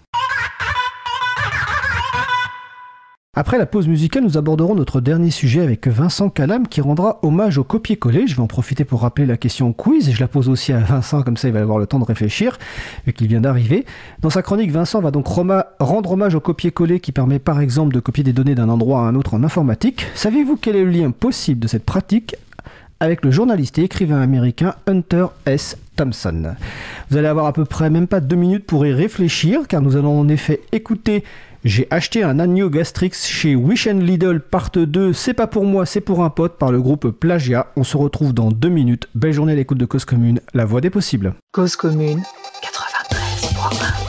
Après la pause musicale, nous aborderons notre dernier sujet avec Vincent Calam qui rendra hommage au copier-coller. Je vais en profiter pour rappeler la question quiz et je la pose aussi à Vincent, comme ça il va avoir le temps de réfléchir, vu qu'il vient d'arriver. Dans sa chronique, Vincent va donc roma- rendre hommage au copier-coller qui permet par exemple de copier des données d'un endroit à un autre en informatique. Savez-vous quel est le lien possible de cette pratique avec le journaliste et écrivain américain Hunter S. Thompson ? Vous allez avoir à peu près même pas deux minutes pour y réfléchir, car nous allons en effet écouter « J'ai acheté un agneau Gastrix chez Wish and Lidl, part deux, c'est pas pour moi, c'est pour un pote » par le groupe Plagia. On se retrouve dans deux minutes. Belle journée à l'écoute de Cause Commune, la voix des possibles. Cause Commune quatre-vingt-treize point un.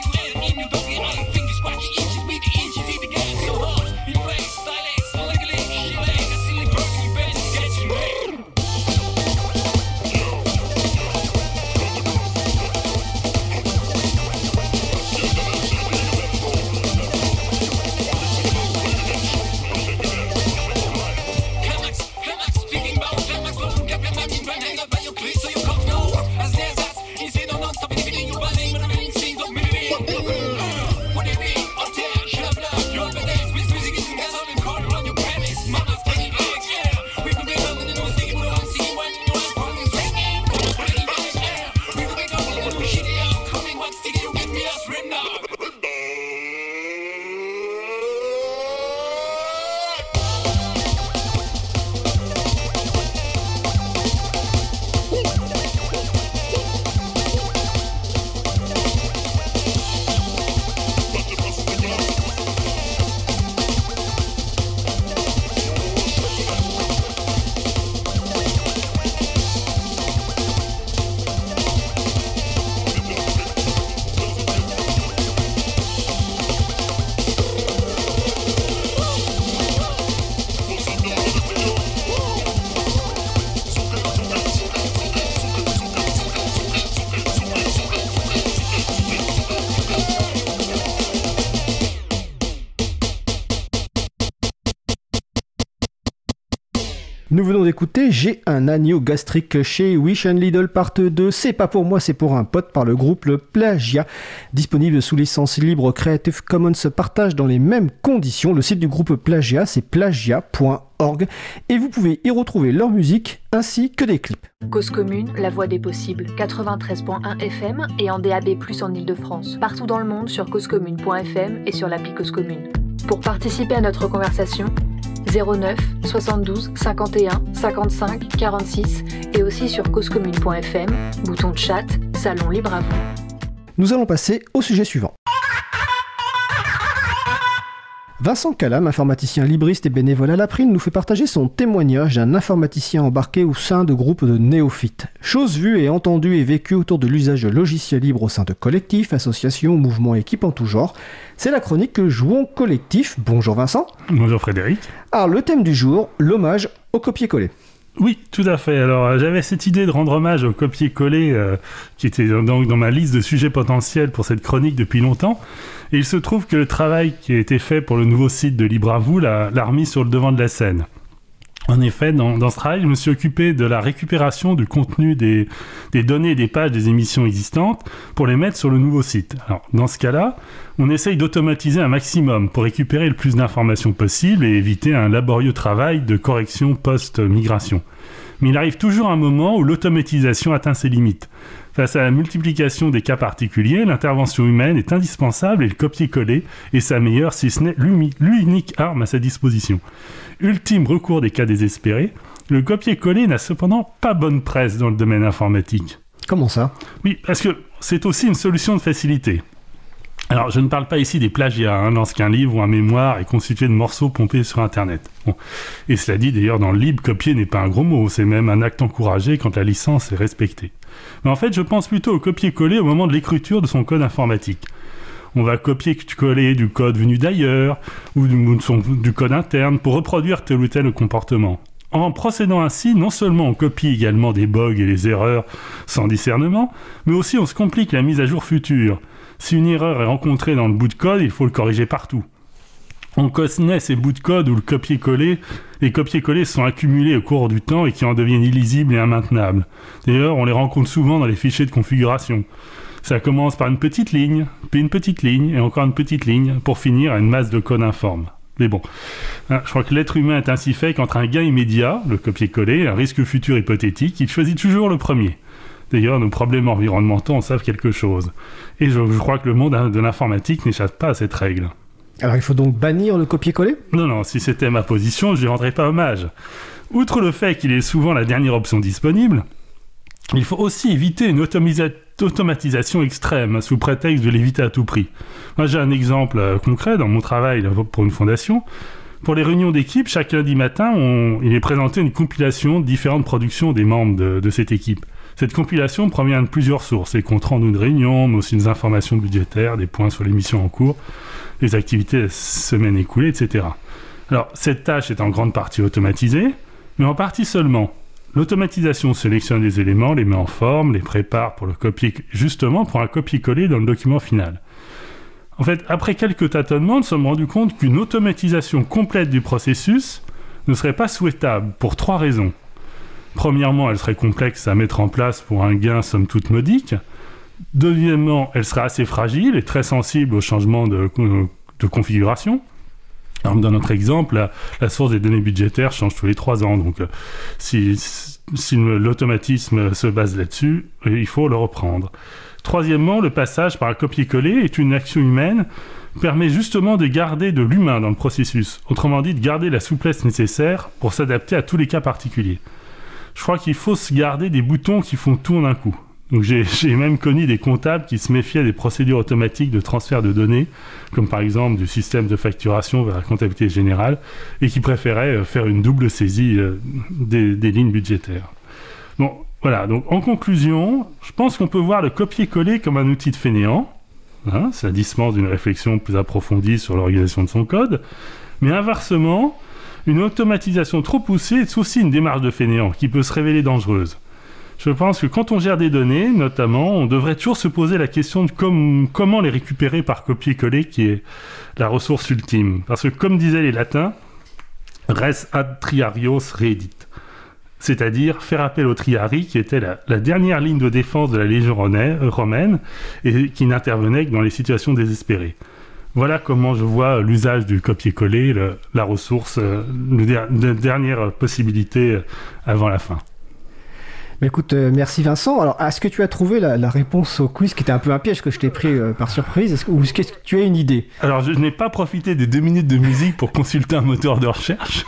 Scratchy itches with the inches, see the gas so hard. You play stylist, legally. Nous venons d'écouter J'ai un agneau gastrique chez Wish and Lidl part deux. C'est pas pour moi, c'est pour un pote par le groupe Le Plagiat. Disponible sous licence libre Creative Commons partage dans les mêmes conditions. Le site du groupe Plagiat, c'est plagiat point org et vous pouvez y retrouver leur musique ainsi que des clips. Cause commune, la voix des possibles, quatre-vingt-treize virgule un F M et en D A B plus, en Ile-de-France. Partout dans le monde sur cause commune point F M et sur l'appli Cause Commune. Pour participer à notre conversation, zéro neuf soixante-douze cinquante et un cinquante-cinq quarante-six et aussi sur cause commune point F M, bouton de chat, salon libre à vous. Nous allons passer au sujet suivant. Vincent Calam, informaticien libriste et bénévole à l'April, nous fait partager son témoignage d'un informaticien embarqué au sein de groupes de néophytes. Chose vue et entendue et vécue autour de l'usage de logiciels libres au sein de collectifs, associations, mouvements, équipes en tout genre. C'est la chronique Jouons collectif. Bonjour Vincent. Bonjour Frédéric. Alors le thème du jour, l'hommage au copier-coller. Oui, tout à fait. Alors, euh, j'avais cette idée de rendre hommage au copier-coller euh, qui était donc dans ma liste de sujets potentiels pour cette chronique depuis longtemps. Et il se trouve que le travail qui a été fait pour le nouveau site de Libre à vous l'a, l'a remis sur le devant de la scène. En effet, dans, dans ce travail, je me suis occupé de la récupération du contenu des, des données et des pages des émissions existantes pour les mettre sur le nouveau site. Alors, dans ce cas-là, on essaye d'automatiser un maximum pour récupérer le plus d'informations possible et éviter un laborieux travail de correction post-migration. Mais il arrive toujours un moment où l'automatisation atteint ses limites. Face à la multiplication des cas particuliers, l'intervention humaine est indispensable et le copier-coller est sa meilleure, si ce n'est l'unique arme à sa disposition. Ultime recours des cas désespérés, le copier-coller n'a cependant pas bonne presse dans le domaine informatique. Comment ça ? Oui, parce que c'est aussi une solution de facilité. Alors, je ne parle pas ici des plagiats, hein, lorsqu'un livre ou un mémoire est constitué de morceaux pompés sur Internet. Bon. Et cela dit, d'ailleurs, dans le libre, copier n'est pas un gros mot, c'est même un acte encouragé quand la licence est respectée. Mais en fait, je pense plutôt au copier-coller au moment de l'écriture de son code informatique. On va copier-coller du code venu d'ailleurs, ou du, son, du code interne, pour reproduire tel ou tel comportement. En procédant ainsi, non seulement on copie également des bugs et les erreurs sans discernement, mais aussi on se complique la mise à jour future. Si une erreur est rencontrée dans le bout de code, il faut le corriger partout. On connaît ces bouts de code où le copier-coller, les copier-coller sont accumulés au cours du temps et qui en deviennent illisibles et immaintenables. D'ailleurs, on les rencontre souvent dans les fichiers de configuration. Ça commence par une petite ligne, puis une petite ligne, et encore une petite ligne, pour finir à une masse de code informe. Mais bon, je crois que l'être humain est ainsi fait qu'entre un gain immédiat, le copier-coller, et un risque futur hypothétique, il choisit toujours le premier. D'ailleurs, nos problèmes environnementaux en savent quelque chose. Et je, je crois que le monde de l'informatique n'échappe pas à cette règle. Alors il faut donc bannir le copier-coller ? Non, non, si c'était ma position, je lui rendrais pas hommage. Outre le fait qu'il est souvent la dernière option disponible, il faut aussi éviter une automisa- automatisation extrême, sous prétexte de l'éviter à tout prix. Moi, j'ai un exemple euh, concret dans mon travail pour une fondation. Pour les réunions d'équipe, chaque lundi matin, on, il est présenté une compilation de différentes productions des membres de, de cette équipe. Cette compilation provient de plusieurs sources, les comptes rendus de réunion, mais aussi des informations budgétaires, des points sur les missions en cours, les activités de la semaine écoulée, et cetera. Alors, cette tâche est en grande partie automatisée, mais en partie seulement. L'automatisation sélectionne les éléments, les met en forme, les prépare pour le copier, justement pour un copier-coller dans le document final. En fait, après quelques tâtonnements, nous sommes rendus compte qu'une automatisation complète du processus ne serait pas souhaitable pour trois raisons. Premièrement, elle serait complexe à mettre en place pour un gain somme toute modique. Deuxièmement, elle serait assez fragile et très sensible aux changements de, de configuration. Alors, dans notre exemple, la, la source des données budgétaires change tous les trois ans. Donc, euh, si, si l'automatisme se base là-dessus, euh, il faut le reprendre. Troisièmement, le passage par un copier-coller est une action humaine permet justement de garder de l'humain dans le processus. Autrement dit, de garder la souplesse nécessaire pour s'adapter à tous les cas particuliers. Je crois qu'il faut se garder des boutons qui font tout en un coup. Donc j'ai, j'ai même connu des comptables qui se méfiaient des procédures automatiques de transfert de données, comme par exemple du système de facturation vers la comptabilité générale, et qui préféraient faire une double saisie des, des lignes budgétaires. Bon, voilà. Donc en conclusion, je pense qu'on peut voir le copier-coller comme un outil de fainéant. Hein, ça dispense d'une réflexion plus approfondie sur l'organisation de son code, mais inversement, une automatisation trop poussée est aussi une démarche de fainéant qui peut se révéler dangereuse. Je pense que quand on gère des données, notamment, on devrait toujours se poser la question de com- comment les récupérer par copier-coller, qui est la ressource ultime. Parce que, comme disaient les latins, res ad triarios reedit, c'est-à-dire faire appel au triarii qui était la, la dernière ligne de défense de la Légion romaine et qui n'intervenait que dans les situations désespérées. Voilà comment je vois l'usage du copier-coller, le, la ressource, euh, la dernière possibilité avant la fin. Mais écoute, euh, merci Vincent. Alors, est-ce que tu as trouvé la, la réponse au quiz qui était un peu un piège que je t'ai pris euh, par surprise, est-ce que, ou est-ce que tu as une idée? Alors, je, je n'ai pas profité des deux minutes de musique pour consulter un moteur de recherche.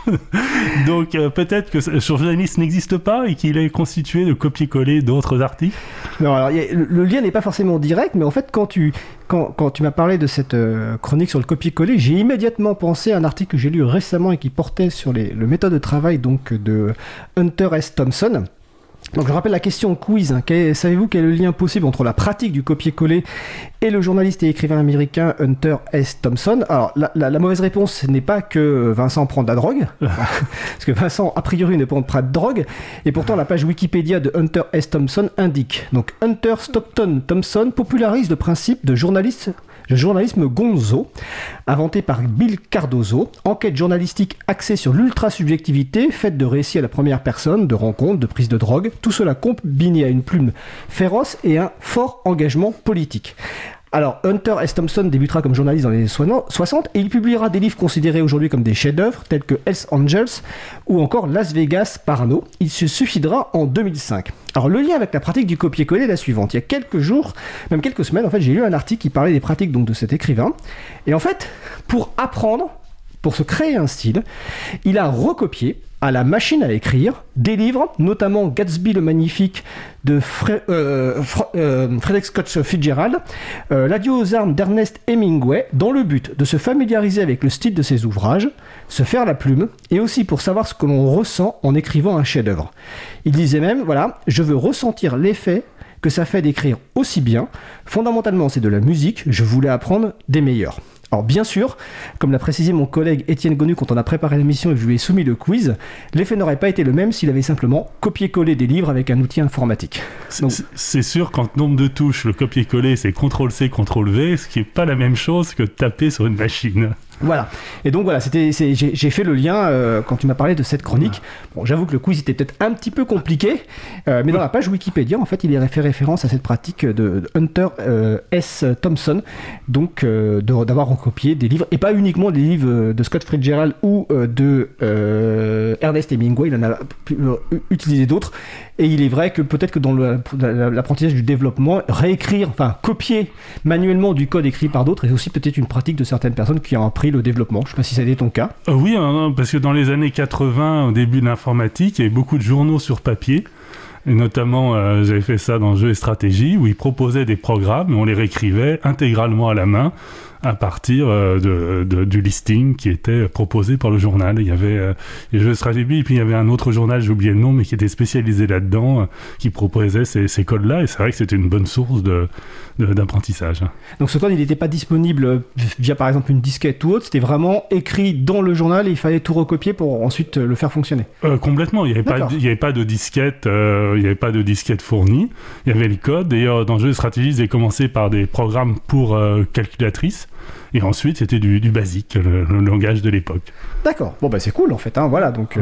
Donc, euh, peut-être que Surjournaliste n'existe pas et qu'il est constitué de copier-coller d'autres articles. Non, alors, y a, le, le lien n'est pas forcément direct, mais en fait, quand tu, quand, quand tu m'as parlé de cette euh, chronique sur le copier-coller, j'ai immédiatement pensé à un article que j'ai lu récemment et qui portait sur les, le méthode de travail donc, de Hunter S. Thompson. Donc je rappelle la question quiz, hein. Quel, savez-vous quel est le lien possible entre la pratique du copier-coller et le journaliste et écrivain américain Hunter S. Thompson? Alors la, la, la mauvaise réponse n'est pas que Vincent prend de la drogue, parce que Vincent a priori ne prend pas de drogue, et pourtant la page Wikipédia de Hunter S. Thompson indique. Donc Hunter Stockton Thompson popularise le principe de journaliste Le journalisme gonzo, inventé par Bill Cardozo, enquête journalistique axée sur l'ultra-subjectivité, faite de récits à la première personne, de rencontres, de prises de drogue, tout cela combiné à une plume féroce et un fort engagement politique. Alors, Hunter S. Thompson débutera comme journaliste dans les années soixante et il publiera des livres considérés aujourd'hui comme des chefs-d'œuvre tels que Hells Angels ou encore Las Vegas Parano. Il se suicidera en deux mille cinq. Alors, le lien avec la pratique du copier-coller est la suivante. Il y a quelques jours, même quelques semaines, en fait, j'ai lu un article qui parlait des pratiques donc, de cet écrivain. Et en fait, pour apprendre, pour se créer un style, il a recopié à la machine à écrire des livres, notamment Gatsby le Magnifique de Fre- euh, Fre- euh, Frederick Scott Fitzgerald, euh, L'Adieu aux armes d'Ernest Hemingway, dans le but de se familiariser avec le style de ses ouvrages, se faire la plume, et aussi pour savoir ce que l'on ressent en écrivant un chef-d'œuvre. Il disait même, voilà, je veux ressentir l'effet que ça fait d'écrire aussi bien. Fondamentalement, c'est de la musique, je voulais apprendre des meilleurs. Alors bien sûr, comme l'a précisé mon collègue Étienne Gonu quand on a préparé l'émission et que je lui ai soumis le quiz, l'effet n'aurait pas été le même s'il avait simplement copié-collé des livres avec un outil informatique. Donc... C'est, c'est sûr qu'en nombre de touches, le copier-coller c'est contrôle C, contrôle V, ce qui n'est pas la même chose que taper sur une machine. Voilà. Et donc voilà, c'était, c'est, j'ai, j'ai fait le lien euh, quand tu m'as parlé de cette chronique. Bon, j'avoue que le quiz était peut-être un petit peu compliqué, euh, mais dans la page Wikipédia, en fait, il est fait référence à cette pratique de, de Hunter euh, S. Thompson, donc euh, de, d'avoir recopié des livres, et pas uniquement des livres de Scott Fitzgerald ou euh, de euh, Ernest Hemingway, il en a pu, euh, utilisé d'autres. Et il est vrai que peut-être que dans le, l'apprentissage du développement, réécrire, enfin copier manuellement du code écrit par d'autres est aussi peut-être une pratique de certaines personnes qui ont appris le développement. Je ne sais pas si ça a été ton cas. Euh, oui, hein, parce que dans les années quatre-vingts, au début de l'informatique, il y avait beaucoup de journaux sur papier. Et notamment, euh, j'avais fait ça dans Jeux et Stratégie, où ils proposaient des programmes et on les réécrivait intégralement à la main à partir euh, de, de, du listing qui était proposé par le journal. Il y avait euh, les Jeux et Stratégie, et puis il y avait un autre journal, j'ai oublié le nom, mais qui était spécialisé là-dedans, euh, qui proposait ces, ces codes-là, et c'est vrai que c'était une bonne source de, de, d'apprentissage. Donc ce code, il n'était pas disponible via par exemple une disquette ou autre, c'était vraiment écrit dans le journal et il fallait tout recopier pour ensuite le faire fonctionner. Euh, complètement, il n'y avait, pas, il n'y avait pas de disquette, euh, il n'y avait pas de disquette fournie, il y avait les codes. D'ailleurs, dans Jeux et Stratégie, ils avaient commencé par des programmes pour euh, calculatrices. Et ensuite, c'était du, du basique, le, le langage de l'époque. D'accord. Bon, bah c'est cool, en fait. Hein, voilà, donc... Euh...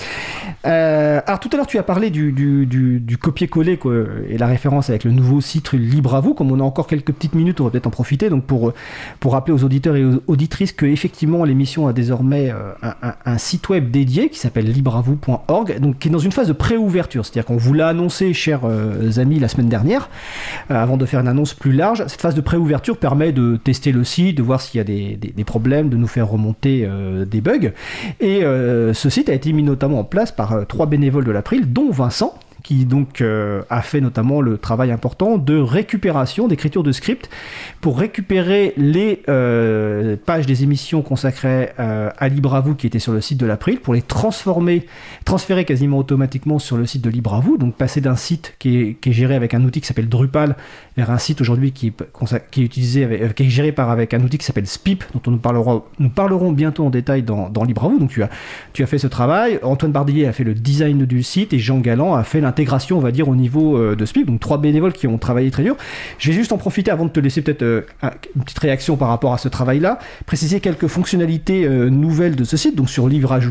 Euh, alors, tout à l'heure, tu as parlé du, du, du, du copier-coller quoi, et la référence avec le nouveau site Libre à vous. Comme on a encore quelques petites minutes, on va peut-être en profiter. Donc, pour, pour rappeler aux auditeurs et aux auditrices qu'effectivement, l'émission a désormais euh, un, un, un site web dédié qui s'appelle libre à vous point org, donc qui est dans une phase de pré-ouverture. C'est-à-dire qu'on vous l'a annoncé, chers euh, amis, la semaine dernière, euh, avant de faire une annonce plus large. Cette phase de pré-ouverture permet de tester le site, de voir s'il y a des, des, des problèmes, de nous faire remonter euh, des bugs. Et euh, ce site a été mis notamment en place par euh, trois bénévoles de l'April, dont Vincent, qui donc euh, a fait notamment le travail important de récupération, d'écriture de script, pour récupérer les euh, pages des émissions consacrées euh, à Libre à vous qui étaient sur le site de l'April, pour les transformer, transférer quasiment automatiquement sur le site de Libre à vous, donc passer d'un site qui est, qui est géré avec un outil qui s'appelle Drupal vers un site aujourd'hui qui, qui est utilisé avec, euh, qui est géré par avec un outil qui s'appelle Spip, dont on nous parlera, nous parlerons bientôt en détail dans, dans Libre à vous. Donc tu as, tu as fait ce travail. Antoine Bardillier a fait le design du site et Jean Galland a fait l'intégration, on va dire, au niveau euh, de Spip. Donc trois bénévoles qui ont travaillé très dur. Je vais juste en profiter avant de te laisser peut-être euh, une petite réaction par rapport à ce travail-là, préciser quelques fonctionnalités euh, nouvelles de ce site, donc sur libre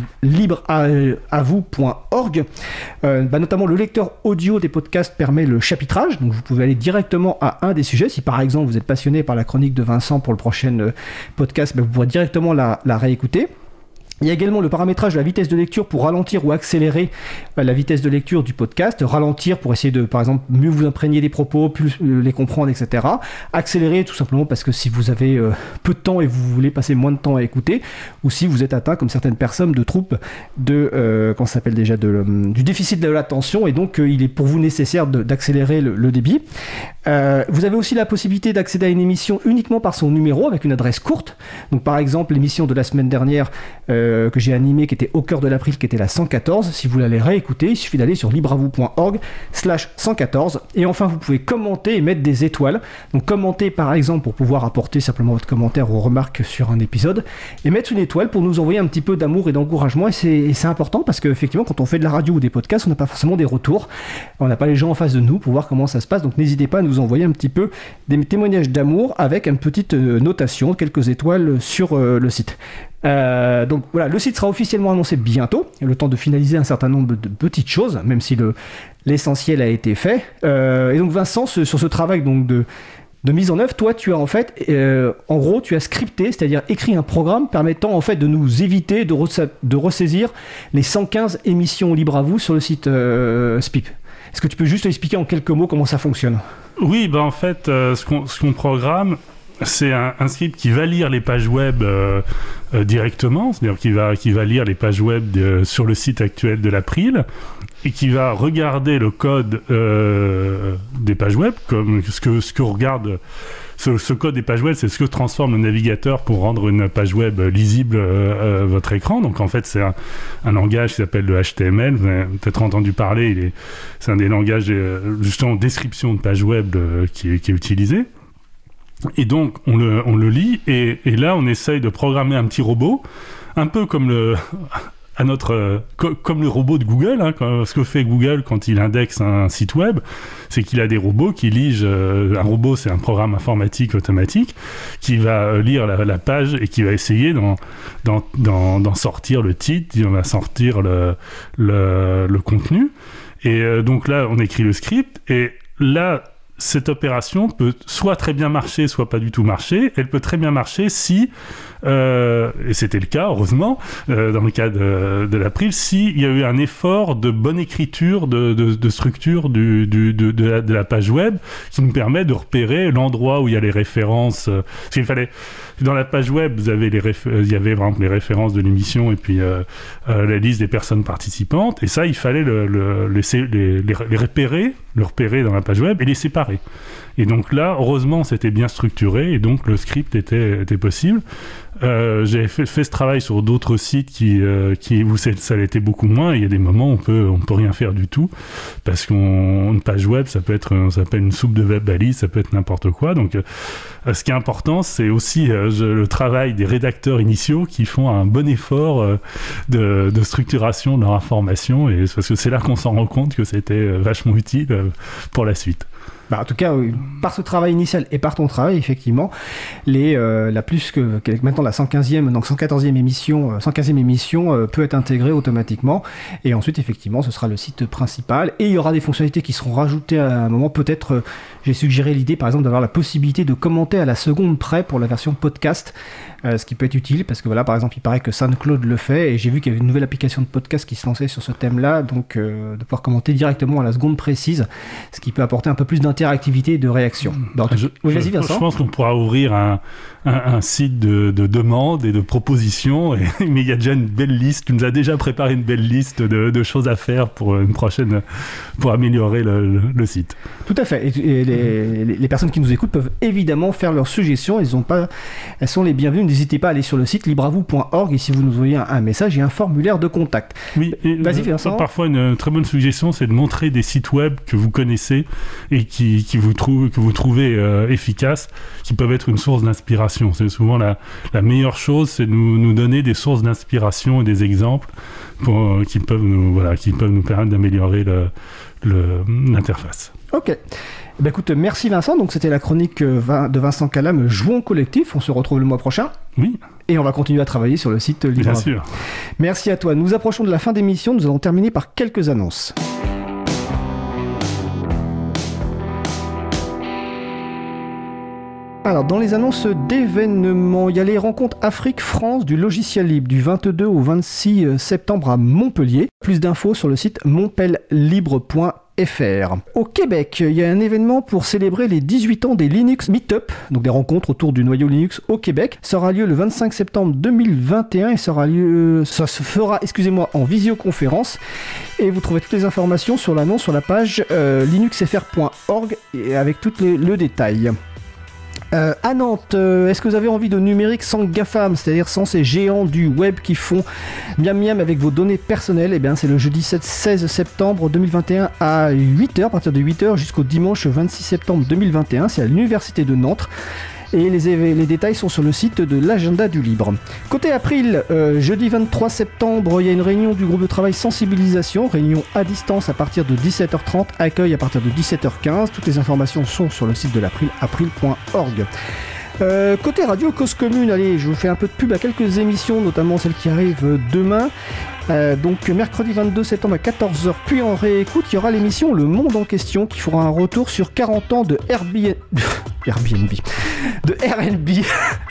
à vous point org. Euh, bah, notamment le lecteur audio des podcasts permet le chapitrage, donc vous pouvez aller directement à un des sujets. Si par exemple vous êtes passionné par la chronique de Vincent pour le prochain euh, podcast, bah, vous pourrez directement la, la réécouter. Il y a également le paramétrage de la vitesse de lecture pour ralentir ou accélérer la vitesse de lecture du podcast. Ralentir pour essayer de, par exemple, mieux vous imprégner des propos, plus les comprendre, et cetera. Accélérer tout simplement parce que si vous avez euh, peu de temps et vous voulez passer moins de temps à écouter, ou si vous êtes atteint, comme certaines personnes, de troubles de, euh, comment ça s'appelle déjà, de, euh, du déficit de l'attention, et donc euh, il est pour vous nécessaire de, d'accélérer le, le débit. Euh, vous avez aussi la possibilité d'accéder à une émission uniquement par son numéro avec une adresse courte. Donc par exemple l'émission de la semaine dernière euh, que j'ai animée qui était au cœur de l'April, qui était la cent quatorze. Si vous l'allez réécouter, il suffit d'aller sur libre à vous point org slash cent quatorze. Et enfin vous pouvez commenter et mettre des étoiles. Donc commenter par exemple pour pouvoir apporter simplement votre commentaire ou remarque sur un épisode, et mettre une étoile pour nous envoyer un petit peu d'amour et d'encouragement. Et c'est, et c'est important parce qu'effectivement quand on fait de la radio ou des podcasts, on n'a pas forcément des retours, on n'a pas les gens en face de nous pour voir comment ça se passe. Donc n'hésitez pas à nous envoyer un petit peu des témoignages d'amour avec une petite euh, notation, quelques étoiles sur euh, le site. Euh, donc voilà, le site sera officiellement annoncé bientôt. Il y a le temps de finaliser un certain nombre de petites choses, même si le, l'essentiel a été fait. Euh, et donc Vincent, ce, sur ce travail donc de, de mise en œuvre, toi tu as en fait, euh, en gros, tu as scripté, c'est-à-dire écrit un programme permettant en fait de nous éviter de, ressa- de ressaisir les cent quinze émissions libres à vous sur le site euh, Spip. Est-ce que tu peux juste expliquer en quelques mots comment ça fonctionne ? Oui, bah en fait, euh, ce, qu'on, ce qu'on programme, c'est un, un script qui va lire les pages web euh, euh, directement, c'est-à-dire qui va, qui va lire les pages web de, sur le site actuel de l'April, et qui va regarder le code euh, des pages web, comme ce que, ce que regarde... Ce, ce code des pages web, c'est ce que transforme le navigateur pour rendre une page web lisible euh, euh, votre écran. Donc en fait, c'est un, un langage qui s'appelle le H T M L. Vous avez peut-être entendu parler. Il est, c'est un des langages euh, justement description de page web euh, qui, est, qui est utilisé. Et donc on le, on le lit. Et, et là, on essaye de programmer un petit robot, un peu comme le à notre euh, co- comme le robot de Google, hein, quand, ce que fait Google quand il indexe un site web, c'est qu'il a des robots qui lisent. Euh, un robot, c'est un programme informatique automatique qui va euh, lire la, la page et qui va essayer d'en, d'en, d'en, d'en sortir le titre, d'en va sortir le, le, le contenu. Et euh, donc là, on écrit le script et là, cette opération peut soit très bien marcher, soit pas du tout marcher. Elle peut très bien marcher si, euh, et c'était le cas, heureusement, euh, dans le cas de, de l'April, s'il y a eu un effort de bonne écriture, de, de, de structure du, du, de, de, la, de la page web, qui nous permet de repérer l'endroit où il y a les références. Euh, parce qu'il fallait... Dans la page web, vous avez les réf... il y avait par exemple les références de l'émission et puis euh, euh, la liste des personnes participantes. Et ça, il fallait le, le, laisser, les, les, les repérer, le repérer dans la page web et les séparer. Et donc là, heureusement, c'était bien structuré et donc le script était, était possible. Euh, j'ai fait, fait ce travail sur d'autres sites qui, euh, qui, où ça l'était beaucoup moins. Il y a des moments où on peut, on peut rien faire du tout parce qu'une page web, ça peut être, ça peut être une soupe de web balise, ça peut être n'importe quoi. Donc, euh, ce qui est important, c'est aussi euh, je, le travail des rédacteurs initiaux qui font un bon effort euh, de, de structuration de leur information, et parce que c'est là qu'on s'en rend compte que c'était vachement utile euh, pour la suite. Bah, en tout cas, oui, par ce travail initial et par ton travail, effectivement, les, euh, la plus que, que maintenant la cent quinzième, donc cent quatorzième émission, euh, cent quinzième émission euh, peut être intégrée automatiquement. Et ensuite, effectivement, ce sera le site principal. Et il y aura des fonctionnalités qui seront rajoutées à un moment. Peut-être, euh, j'ai suggéré l'idée, par exemple, d'avoir la possibilité de commenter à la seconde près pour la version podcast, euh, ce qui peut être utile parce que voilà, par exemple, il paraît que SoundCloud le fait. Et j'ai vu qu'il y avait une nouvelle application de podcast qui se lançait sur ce thème-là, donc euh, de pouvoir commenter directement à la seconde précise, ce qui peut apporter un peu plus d'interactivité et de réaction. Donc, je, oui, vas-y, je, Vincent. Je pense qu'on pourra ouvrir un, un, un site de, de demandes et de propositions, et, mais il y a déjà une belle liste. Tu nous as déjà préparé une belle liste de, de choses à faire pour une prochaine, pour améliorer le, le, le site. Tout à fait. Et, et les, les, les personnes qui nous écoutent peuvent évidemment faire leurs suggestions. Elles, ont pas, elles sont les bienvenues. N'hésitez pas à aller sur le site libre à vous point org et si vous nous envoyez un, un message, il y a un formulaire de contact. Oui. Et, vas-y, Vincent. Parfois, une très bonne suggestion, c'est de montrer des sites web que vous connaissez et qui qui, qui vous trouvent, que vous trouvez euh, efficaces, qui peuvent être une source d'inspiration. C'est souvent la, la meilleure chose, c'est de nous, nous donner des sources d'inspiration et des exemples pour, euh, qui, peuvent nous, voilà, qui peuvent nous permettre d'améliorer le, le, l'interface. Ok. Eh bien, écoute, merci Vincent. Donc, c'était la chronique de Vincent Calam, Jouons collectif. On se retrouve le mois prochain. Oui. Et on va continuer à travailler sur le site Libre. Bien sûr. Merci à toi. Nous approchons de la fin d'émission. Nous allons terminer par quelques annonces. Alors, dans les annonces d'événements, il y a les rencontres Afrique-France du logiciel libre du vingt-deux au vingt-six septembre à Montpellier. Plus d'infos sur le site montpellibre point f r. Au Québec, il y a un événement pour célébrer les dix-huit ans des Linux Meetup, donc des rencontres autour du noyau Linux au Québec. Ça aura lieu le vingt-cinq septembre deux mille vingt et un et ça, aura lieu, ça se fera excusez-moi, en visioconférence. Et vous trouvez toutes les informations sur l'annonce sur la page euh, linux f r point org et avec tout les, le détail. Euh, à Nantes, euh, est-ce que vous avez envie de numérique sans GAFAM, c'est-à-dire sans ces géants du web qui font miam miam avec vos données personnelles? Eh bien, c'est le jeudi seize septembre deux mille vingt et un à huit heures, à partir de huit heures jusqu'au dimanche vingt-six septembre deux mille vingt et un, c'est à l'Université de Nantes. Et les, éve- les détails sont sur le site de l'Agenda du Libre. Côté April, euh, jeudi vingt-trois septembre, il y a une réunion du groupe de travail sensibilisation, réunion à distance à partir de dix-sept heures trente, accueil à partir de dix-sept heures quinze. Toutes les informations sont sur le site de l'April, april point org. Euh, côté radio Cause Commune, allez, je vous fais un peu de pub à quelques émissions, notamment celle qui arrive demain. Euh, donc mercredi vingt-deux septembre à quatorze heures, puis en réécoute, il y aura l'émission Le Monde en question qui fera un retour sur quarante ans de Airbnb. Airbnb. De R N B.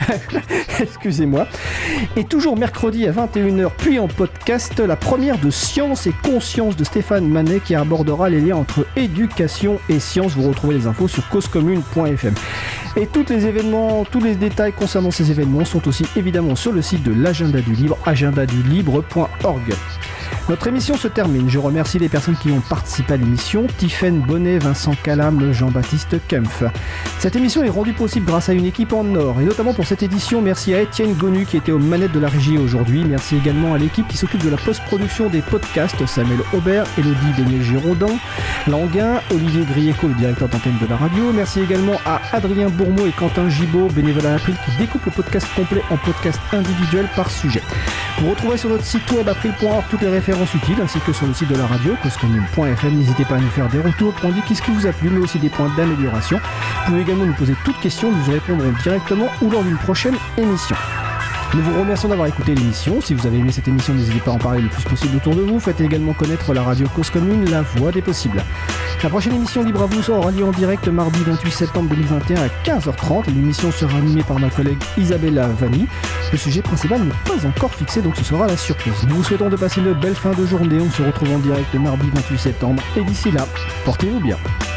Excusez-moi. Et toujours mercredi à vingt et une heures, puis en podcast, la première de Science et Conscience de Stéphane Manet qui abordera les liens entre éducation et science. Vous retrouvez les infos sur cause commune point f m. Et tous les événements, tous les détails concernant ces événements sont aussi évidemment sur le site de l'Agenda du Libre, agenda du libre point org. Notre émission se termine. Je remercie les personnes qui ont participé à l'émission, Tiffaine Bonnet, Vincent Calam, Jean-Baptiste Kempf. Cette émission est rendue possible grâce à une équipe en or, et notamment pour cette édition, merci à Étienne Gonu qui était aux manettes de la régie aujourd'hui. Merci également à l'équipe qui s'occupe de la post-production des podcasts, Samuel Aubert, Élodie Beignet-Giraudin, Languin, Olivier Grieco, le directeur d'antenne de la radio. Merci également à Adrien Bourmeau et Quentin Gibaud, bénévoles à l'April, qui découpent le podcast complet en podcast individuel par sujet. Vous retrouverez sur notre site web april point org toutes les références utiles, ainsi que sur le site de la radio, cause commune point f m. N'hésitez pas à nous faire des retours pour indiquer ce qui vous a plu, mais aussi des points d'amélioration. Vous pouvez également nous poser toutes questions, nous y répondrons directement ou lors d'une prochaine émission. Nous vous remercions d'avoir écouté l'émission. Si vous avez aimé cette émission, n'hésitez pas à en parler le plus possible autour de vous. Faites également connaître la radio Cause Commune, la voix des possibles. La prochaine émission Libre à vous sera lieu en direct mardi vingt-huit septembre deux mille vingt et un à quinze heures trente. L'émission sera animée par ma collègue Isabella Vanni. Le sujet principal n'est pas encore fixé, donc ce sera la surprise. Nous vous souhaitons de passer une belle fin de journée. On se retrouve en direct mardi vingt-huit septembre. Et d'ici là, portez-vous bien.